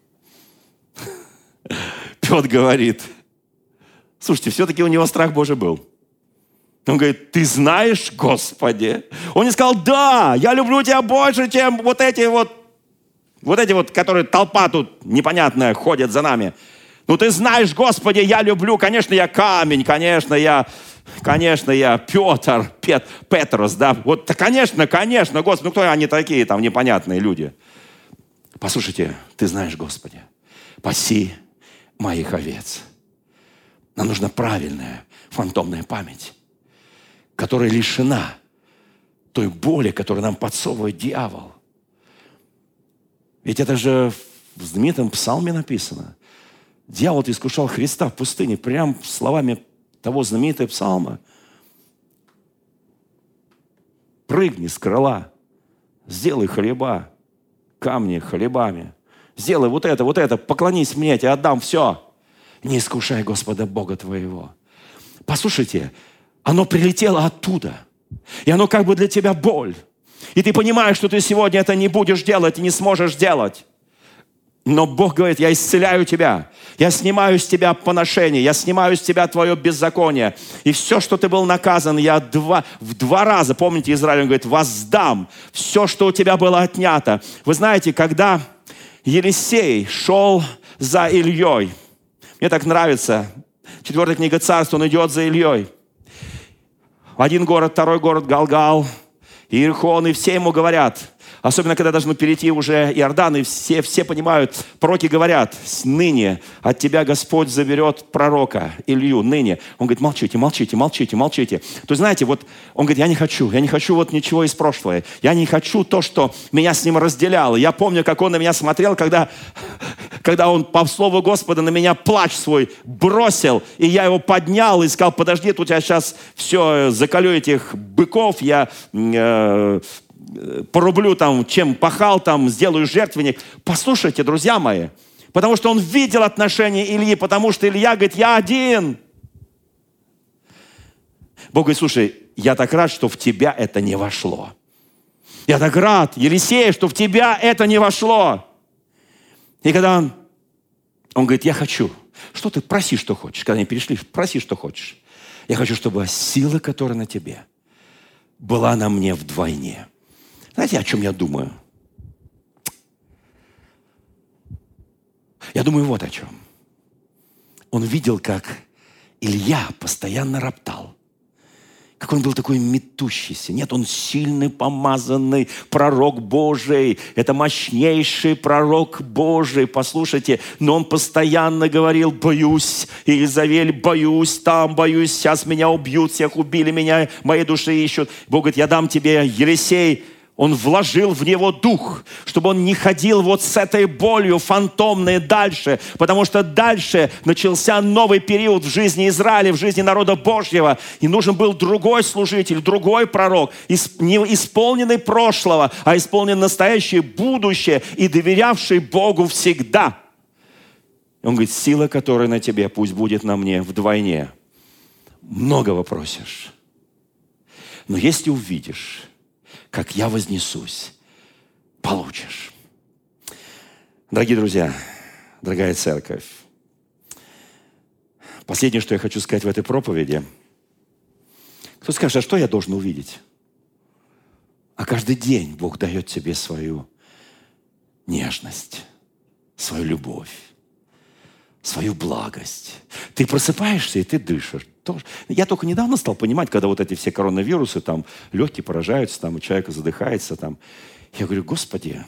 Петр говорит, слушайте, все-таки у него страх Божий был. Он говорит, ты знаешь, Господи? Он не сказал, да, я люблю тебя больше, чем вот эти вот, вот эти вот, которые толпа тут непонятная ходят за нами. Ну ты знаешь, Господи, я люблю, конечно, я камень, конечно, я... Конечно, я Петр, Пет, Петрос, да. Вот, да, конечно, конечно, Господи, ну кто они такие там непонятные люди? Послушайте, ты знаешь, Господи, паси моих овец. Нам нужна правильная фантомная память, которая лишена той боли, которую нам подсовывает дьявол. Ведь это же в знаменитом псалме написано. Дьявол искушал Христа в пустыне, прям словами того знаменитого псалма. Прыгни с крыла, сделай хлеба, камни хлебами. Сделай вот это, вот это, поклонись мне, я тебе отдам все. Не искушай Господа Бога твоего. Послушайте, оно прилетело оттуда. И оно как бы для тебя боль. И ты понимаешь, что ты сегодня это не будешь делать и не сможешь делать. Но Бог говорит, я исцеляю тебя, я снимаю с тебя поношение, я снимаю с тебя твое беззаконие. И все, что ты был наказан, я два, в два раза, помните, Израиль, он говорит, воздам все, что у тебя было отнято. Вы знаете, когда Елисей шел за Ильей, мне так нравится, четвертая книга Царств, он идет за Ильей. Один город, второй город, Галгал, Иерихон, и все ему говорят, особенно, когда должны перейти уже Иордан, и все, все понимают, пророки говорят, ныне от тебя Господь заберет пророка Илью, ныне. Он говорит, молчите, молчите, молчите, молчите. То есть, знаете, вот он говорит, я не хочу, я не хочу вот ничего из прошлого. Я не хочу то, что меня с ним разделяло. Я помню, как он на меня смотрел, когда, когда он по слову Господа на меня плач свой бросил, и я его поднял и сказал: подожди, тут я сейчас все заколю этих быков, я э, порублю там, чем пахал, там, сделаю жертвенник. Послушайте, друзья мои, потому что он видел отношение Ильи, потому что Илья говорит: я один. Бог говорит: слушай, я так рад, что в тебя это не вошло. Я так рад, Елисей, что в тебя это не вошло. И когда он, он говорит: я хочу. Что ты? Проси, что хочешь. Когда они перешли, проси, что хочешь. Я хочу, чтобы сила, которая на тебе, была на мне вдвойне. Знаете, о чем я думаю? Я думаю вот о чем. Он видел, как Илья постоянно роптал. Как он был такой метущийся. Нет, он сильный, помазанный пророк Божий. Это мощнейший пророк Божий. Послушайте, но он постоянно говорил: боюсь, Иезавель, боюсь, там боюсь, сейчас меня убьют, всех убили меня, моей души ищут. Бог говорит: я дам тебе, Елисей. Он вложил в него дух, чтобы он не ходил вот с этой болью фантомной дальше, потому что дальше начался новый период в жизни Израиля, в жизни народа Божьего, и нужен был другой служитель, другой пророк, не исполненный прошлого, а исполненный настоящее будущее и доверявший Богу всегда. И он говорит: сила, которая на тебе, пусть будет на мне вдвойне. Многого просишь, но если увидишь, как я вознесусь, получишь. Дорогие друзья, дорогая церковь, последнее, что я хочу сказать в этой проповеди. Кто скажет: а что я должен увидеть? А каждый день Бог дает тебе свою нежность, свою любовь, свою благость. Ты просыпаешься, и ты дышишь. Я только недавно стал понимать, когда вот эти все коронавирусы, там, легкие поражаются, там, у человека задыхается, там. Я говорю: Господи,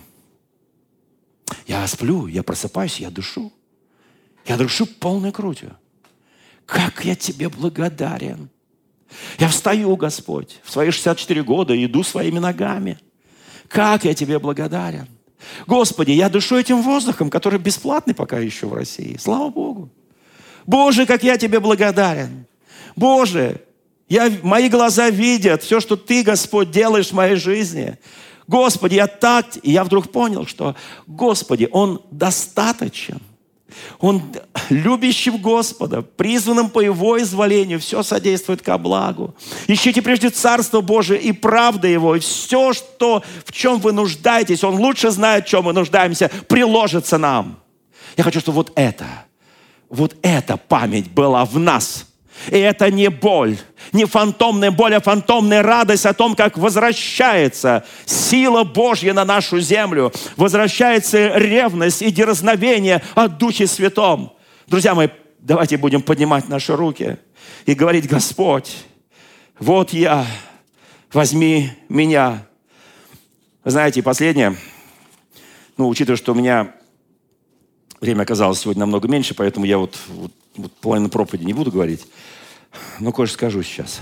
я сплю, я просыпаюсь, я дышу. Я дышу полной грудью. Как я тебе благодарен. Я встаю, Господь, в свои шестьдесят четыре года, иду своими ногами. Как я тебе благодарен. Господи, я дышу этим воздухом, который бесплатный пока еще в России. Слава Богу. Боже, как я тебе благодарен. Боже, я, мои глаза видят все, что Ты, Господь, делаешь в моей жизни. Господи, я так... И я вдруг понял, что, Господи, Он достаточен. Он любящим Господа, призванным по Его изволению, все содействует ко благу. Ищите прежде Царство Божие и правда Его, и все, что, в чем вы нуждаетесь, Он лучше знает, в чем мы нуждаемся, приложится нам. Я хочу, чтобы вот это, вот эта память была в нас. И это не боль, не фантомная боль, а фантомная радость о том, как возвращается сила Божья на нашу землю, возвращается ревность и дерзновение о Духе Святом. Друзья мои, давайте будем поднимать наши руки и говорить: Господь, вот я, возьми меня. Вы знаете, последнее, ну, учитывая, что у меня время оказалось сегодня намного меньше, поэтому я вот, вот, вот половину проповеди не буду говорить, но кое-что скажу сейчас.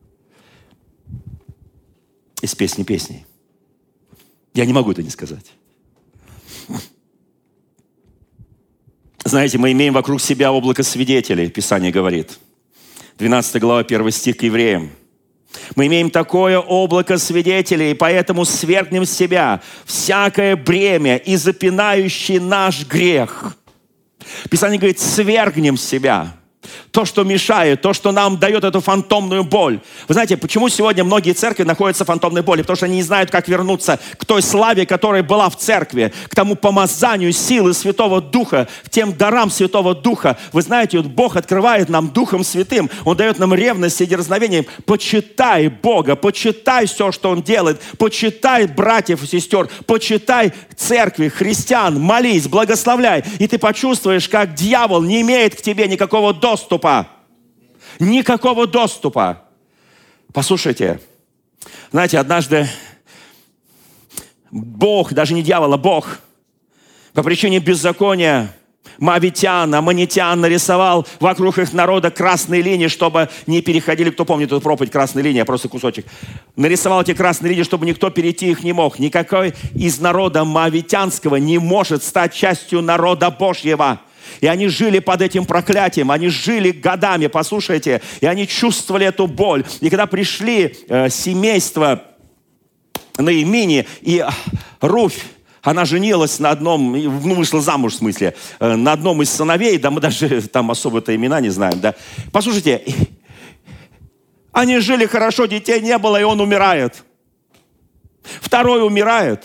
Из песни песней. Я не могу это не сказать. Знаете, мы имеем вокруг себя облако свидетелей, Писание говорит. двенадцатая глава, первый стих к евреям. Мы имеем такое облако свидетелей, и поэтому свергнем с себя всякое бремя и запинающий наш грех. Писание говорит: свергнем с себя то, что мешает, то, что нам дает эту фантомную боль. Вы знаете, почему сегодня многие церкви находятся в фантомной боли? Потому что они не знают, как вернуться к той славе, которая была в церкви, к тому помазанию силы Святого Духа, к тем дарам Святого Духа. Вы знаете, вот Бог открывает нам Духом Святым, Он дает нам ревность и дерзновение. Почитай Бога, почитай все, что Он делает, почитай братьев и сестер, почитай церкви, христиан, молись, благословляй. И ты почувствуешь, как дьявол не имеет к тебе никакого доступа. Никакого доступа. Послушайте, знаете, однажды Бог, даже не дьявол, а Бог, по причине беззакония моавитян, аммонитян, нарисовал вокруг их народа красные линии, чтобы не переходили, кто помнит эту проповедь «Красные линии», я просто кусочек. Нарисовал эти красные линии, чтобы никто перейти их не мог. Никакой из народа моавитянского не может стать частью народа Божьего. И они жили под этим проклятием, они жили годами, послушайте, и они чувствовали эту боль. И когда пришли э, семейства Наимини и Руфь, она женилась на одном, ну, вышла замуж, в смысле, на одном из сыновей, да мы даже там особо-то имена не знаем, да. Послушайте, они жили хорошо, детей не было, и он умирает. Второй умирает.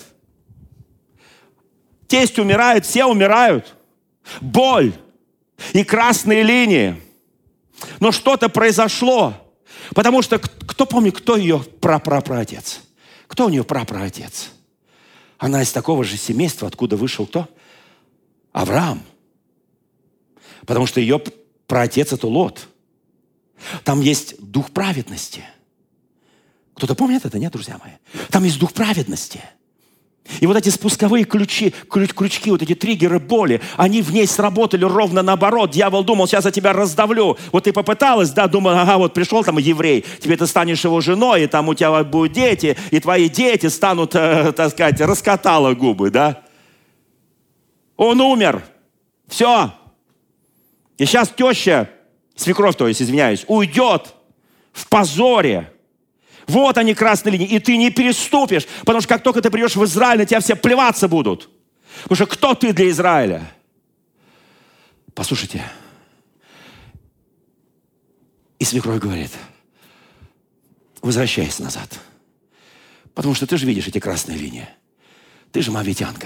Тесть умирает, все умирают. Боль и красные линии. Но что-то произошло, потому что, кто помнит, кто ее прапраотец? Кто у нее прапраотец? Она из такого же семейства, откуда вышел кто? Авраам. Потому что ее праотец – это Лот. Там есть дух праведности. Кто-то помнит это, нет, друзья мои? Там есть дух праведности. И вот эти спусковые ключи, ключ, крючки, вот эти триггеры боли, они в ней сработали ровно наоборот. Дьявол думал, сейчас я тебя раздавлю. Вот ты попыталась, да, думал, ага, вот пришел там еврей, тебе ты станешь его женой, и там у тебя будут дети, и твои дети станут, э, так сказать, раскатала губы, да. Он умер. Все. И сейчас теща, свекровь, то есть, извиняюсь, уйдет в позоре. Вот они, красные линии. И ты не переступишь. Потому что как только ты придешь в Израиль, на тебя все плеваться будут. Потому что кто ты для Израиля? Послушайте. И свекровь говорит, возвращайся назад. Потому что ты же видишь эти красные линии. Ты же моавитянка.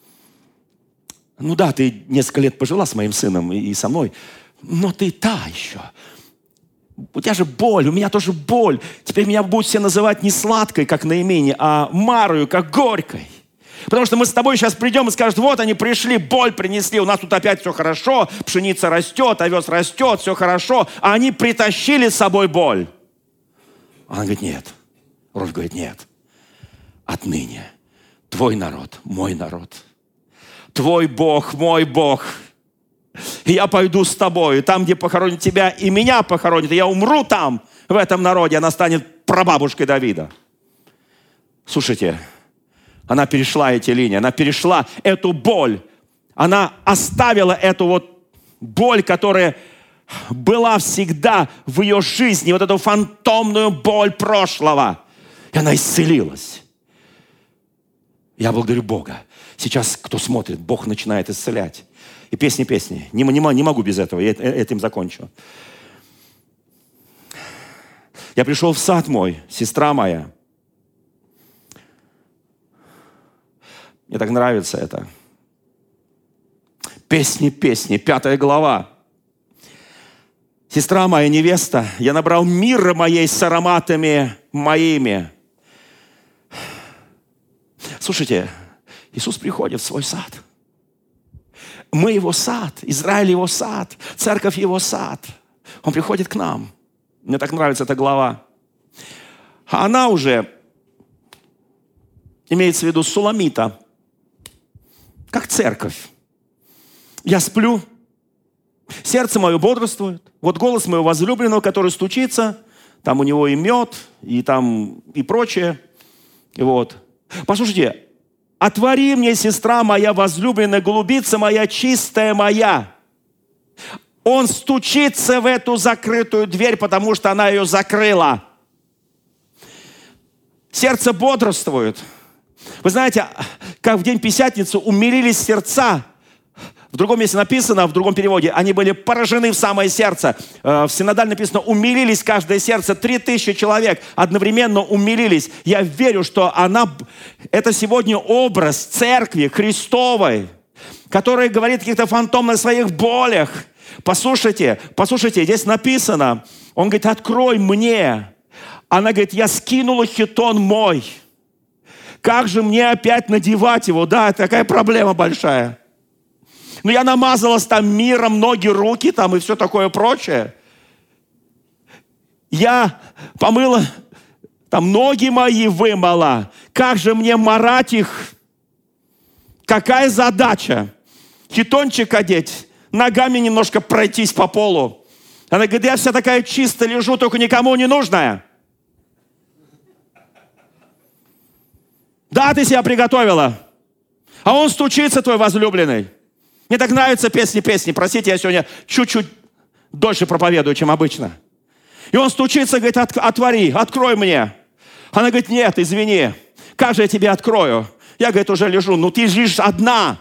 Ну да, ты несколько лет пожила с моим сыном и со мной. Но ты та еще. У тебя же боль, у меня тоже боль. Теперь меня будут все называть не сладкой, как Наимини, а марою, как горькой. Потому что мы с тобой сейчас придем и скажут, вот они пришли, боль принесли, у нас тут опять все хорошо, пшеница растет, овес растет, все хорошо, а они притащили с собой боль. Она говорит, нет. Руфь говорит, нет. Отныне твой народ, мой народ. Твой Бог, мой Бог. И я пойду с тобой, и там, где похоронят тебя, и меня похоронят, и я умру там, в этом народе, она станет прабабушкой Давида. Слушайте, она перешла эти линии, она перешла эту боль, она оставила эту вот боль, которая была всегда в ее жизни, вот эту фантомную боль прошлого, и она исцелилась. Я благодарю Бога. Сейчас, кто смотрит, Бог начинает исцелять. И песни, песни. Не, не, не могу без этого, я этим закончу. Я пришел в сад мой, сестра моя. Мне так нравится это. Песни, песни, пятая глава. Сестра моя, невеста, я набрал мира моей с ароматами моими. Слушайте, Иисус приходит в свой сад. Мы его сад, Израиль его сад, церковь его сад. Он приходит к нам. Мне так нравится эта глава. А она уже, имеется в виду Суламита, как церковь. Я сплю, сердце мое бодрствует. Вот голос моего возлюбленного, который стучится, там у него и мед, и там и прочее. И вот. Послушайте, «Отвори мне, сестра моя возлюбленная, голубица моя, чистая моя». Он стучится в эту закрытую дверь, потому что она ее закрыла. Сердце бодрствует. Вы знаете, как в день Пятидесятницы умилились сердца. В другом месте написано, в другом переводе, они были поражены в самое сердце. В синодале написано, умилились каждое сердце. Три тысячи человек одновременно умилились. Я верю, что она, это сегодня образ церкви Христовой, которая говорит о каких-то фантомных своих болях. Послушайте, послушайте, здесь написано, он говорит, открой мне. Она говорит, я скинула хитон мой. Как же мне опять надевать его? Да, такая проблема большая. Но я намазалась там миром, ноги, руки там и все такое прочее. Я помыла, там ноги мои вымыла. Как же мне марать их? Какая задача? Хитончик одеть, ногами немножко пройтись по полу. Она говорит, я вся такая чистая лежу, только никому не нужная. Да, ты себя приготовила. А он стучится, твой возлюбленный. Мне так нравятся песни-песни. Простите, я сегодня чуть-чуть дольше проповедую, чем обычно. И он стучится, говорит, От, отвори, открой мне. Она говорит, нет, извини. Как же я тебе открою? Я, говорит, уже лежу. Ну ты лежишь одна.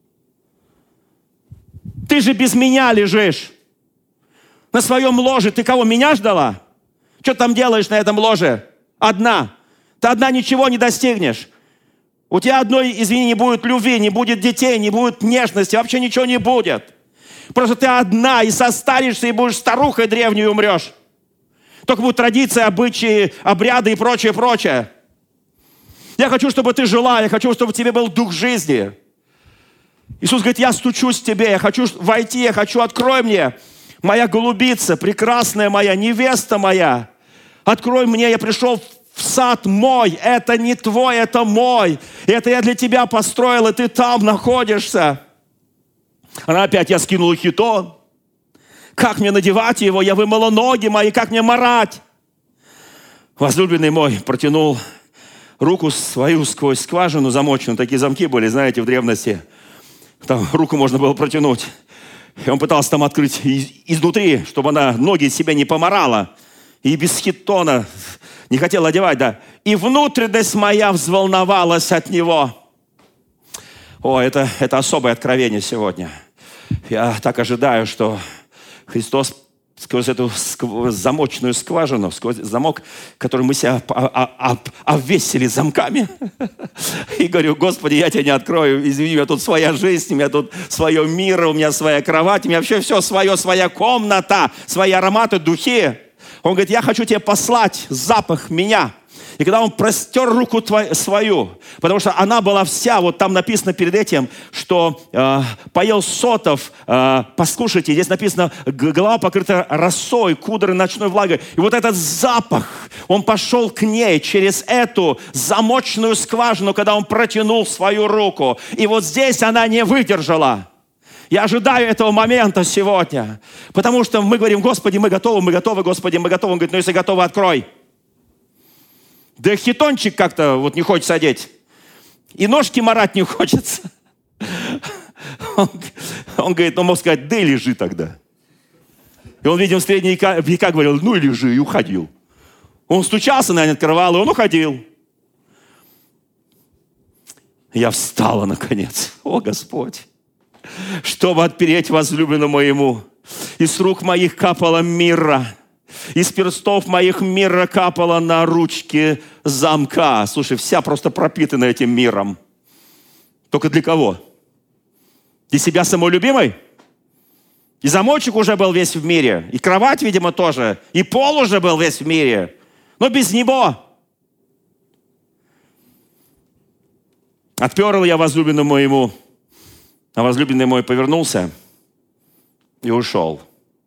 Ты же без меня лежишь. На своем ложе. Ты кого, меня ждала? Что ты там делаешь на этом ложе? Одна. Ты одна ничего не достигнешь. У тебя одной, извини, не будет любви, не будет детей, не будет нежности, вообще ничего не будет. Просто ты одна и состаришься, и будешь старухой древней и умрешь. Только будут традиции, обычаи, обряды и прочее, прочее. Я хочу, чтобы ты жила, я хочу, чтобы в тебе был дух жизни. Иисус говорит, я стучусь к тебе, я хочу войти, я хочу, открой мне. Моя голубица, прекрасная моя, невеста моя. Открой мне, я пришел в сад мой, это не твой, это мой. Это я для тебя построил, и ты там находишься. Она опять, я скинула хитон. Как мне надевать его? Я вымыла ноги мои, как мне марать? Возлюбленный мой протянул руку свою сквозь скважину замоченную. Такие замки были, знаете, в древности. Там руку можно было протянуть. И он пытался там открыть изнутри, чтобы она ноги себя не помарала. И без хитона не хотел одевать, да. И внутренность моя взволновалась от него. О, это, это особое откровение сегодня. Я так ожидаю, что Христос сквозь эту сквозь замочную скважину, сквозь замок, который мы себя обвесили замками. И говорю, Господи, я тебя не открою. Извини, у меня тут своя жизнь, у меня тут свое мир, у меня своя кровать, у меня вообще все свое, своя комната, свои ароматы, духи. Он говорит, я хочу тебе послать запах меня. И когда он простер руку твою, свою, потому что она была вся, вот там написано перед этим, что э, поел сотов, э, послушайте, здесь написано, голова покрыта росой, кудры ночной влагой. И вот этот запах, он пошел к ней через эту замочную скважину, когда он протянул свою руку. И вот здесь она не выдержала. Я ожидаю этого момента сегодня, потому что мы говорим, Господи, мы готовы, мы готовы, Господи, мы готовы. Он говорит, ну если готовы, открой. Да хитончик как-то вот не хочется одеть. И ножки марать не хочется. Он, он говорит, ну мог сказать, да и лежи тогда. И он, видимо, в средние века говорил, ну и лежи, и уходил. Он стучался, наверное, открывал, и он уходил. Я встала, наконец. О, Господь! Чтобы отпереть возлюбленному моему. Из рук моих капало мирра. Из перстов моих мирра капало на ручки замка. Слушай, вся просто пропитана этим миром. Только для кого? Для себя самой любимой? И замочек уже был весь в мире. И кровать, видимо, тоже. И пол уже был весь в мире. Но без него. Отперл я возлюбленному моему. А возлюбленный мой повернулся и ушел.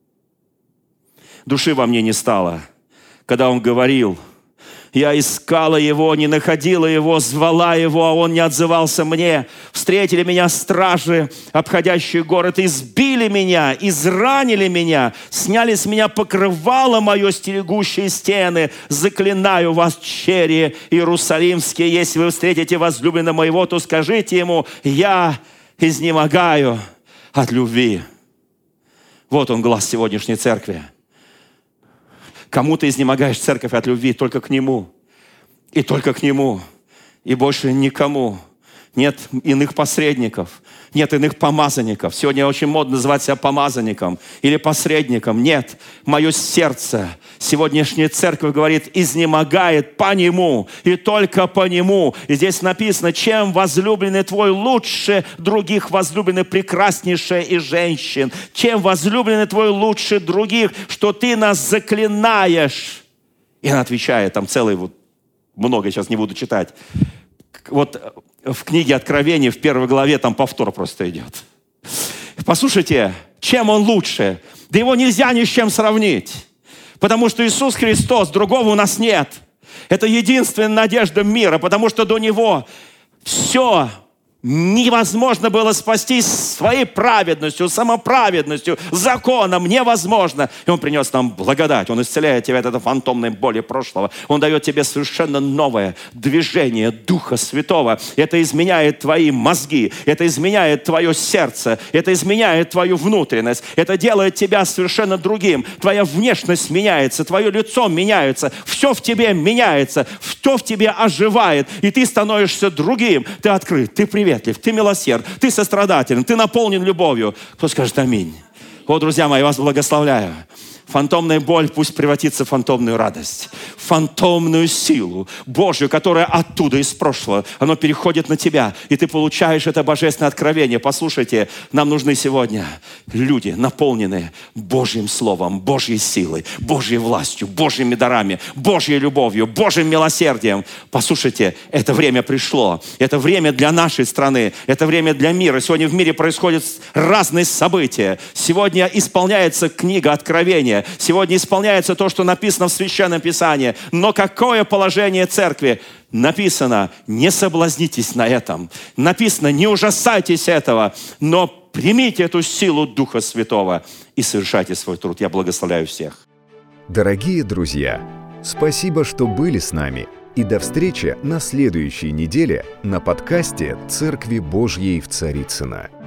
Души во мне не стало, когда он говорил. Я искала его, не находила его, звала его, а он не отзывался мне. Встретили меня стражи, обходящие город, избили меня, изранили меня, сняли с меня покрывало мое, стерегущие стены. Заклинаю вас, черри иерусалимские, если вы встретите возлюбленного моего, то скажите ему, я изнемогаю от любви. Вот он, глаз сегодняшней церкви. Кому ты изнемогаешь, церковь, от любви? Только к Нему. И только к Нему. И больше никому. Нет иных посредников. Нет иных помазанников. Сегодня очень модно называть себя помазанником или посредником. Нет. Мое сердце, сегодняшняя церковь говорит, изнемогает по Нему. И только по Нему. И здесь написано, чем возлюбленный твой лучше других возлюбленных, прекраснейшая из женщин. Чем возлюбленный твой лучше других, что ты нас заклинаешь. И она отвечает, там целый вот, много сейчас не буду читать. Вот в книге Откровения, в первой главе, там повтор просто идет. Послушайте, чем он лучше? Да его нельзя ни с чем сравнить. Потому что Иисус Христос, другого у нас нет. Это единственная надежда мира, потому что до Него все невозможно было спастись своей праведностью, самоправедностью, законом. Невозможно. И Он принес нам благодать. Он исцеляет тебя от этой фантомной боли прошлого. Он дает тебе совершенно новое движение Духа Святого. Это изменяет твои мозги. Это изменяет твое сердце. Это изменяет твою внутренность. Это делает тебя совершенно другим. Твоя внешность меняется. Твое лицо меняется. Все в тебе меняется. Все в тебе оживает. И ты становишься другим. Ты открыт. Ты приветлив. Ты милосерд, ты сострадателен, ты наполнен любовью. Кто скажет аминь? О, друзья мои, вас благословляю. Фантомная боль пусть превратится в фантомную радость, фантомную силу Божью, которая оттуда, из прошлого, оно переходит на тебя, и ты получаешь это божественное откровение. Послушайте, нам нужны сегодня люди, наполненные Божьим Словом, Божьей силой, Божьей властью, Божьими дарами, Божьей любовью, Божьим милосердием. Послушайте, это время пришло. Это время для нашей страны, это время для мира. Сегодня в мире происходят разные события. Сегодня исполняется книга Откровения. Сегодня исполняется то, что написано в Священном Писании. Но какое положение церкви? Написано, не соблазнитесь на этом. Написано, не ужасайтесь этого, но примите эту силу Духа Святого и совершайте свой труд. Я благословляю всех. Дорогие друзья, спасибо, что были с нами. И до встречи на следующей неделе на подкасте «Церкви Божьей в Царицыно».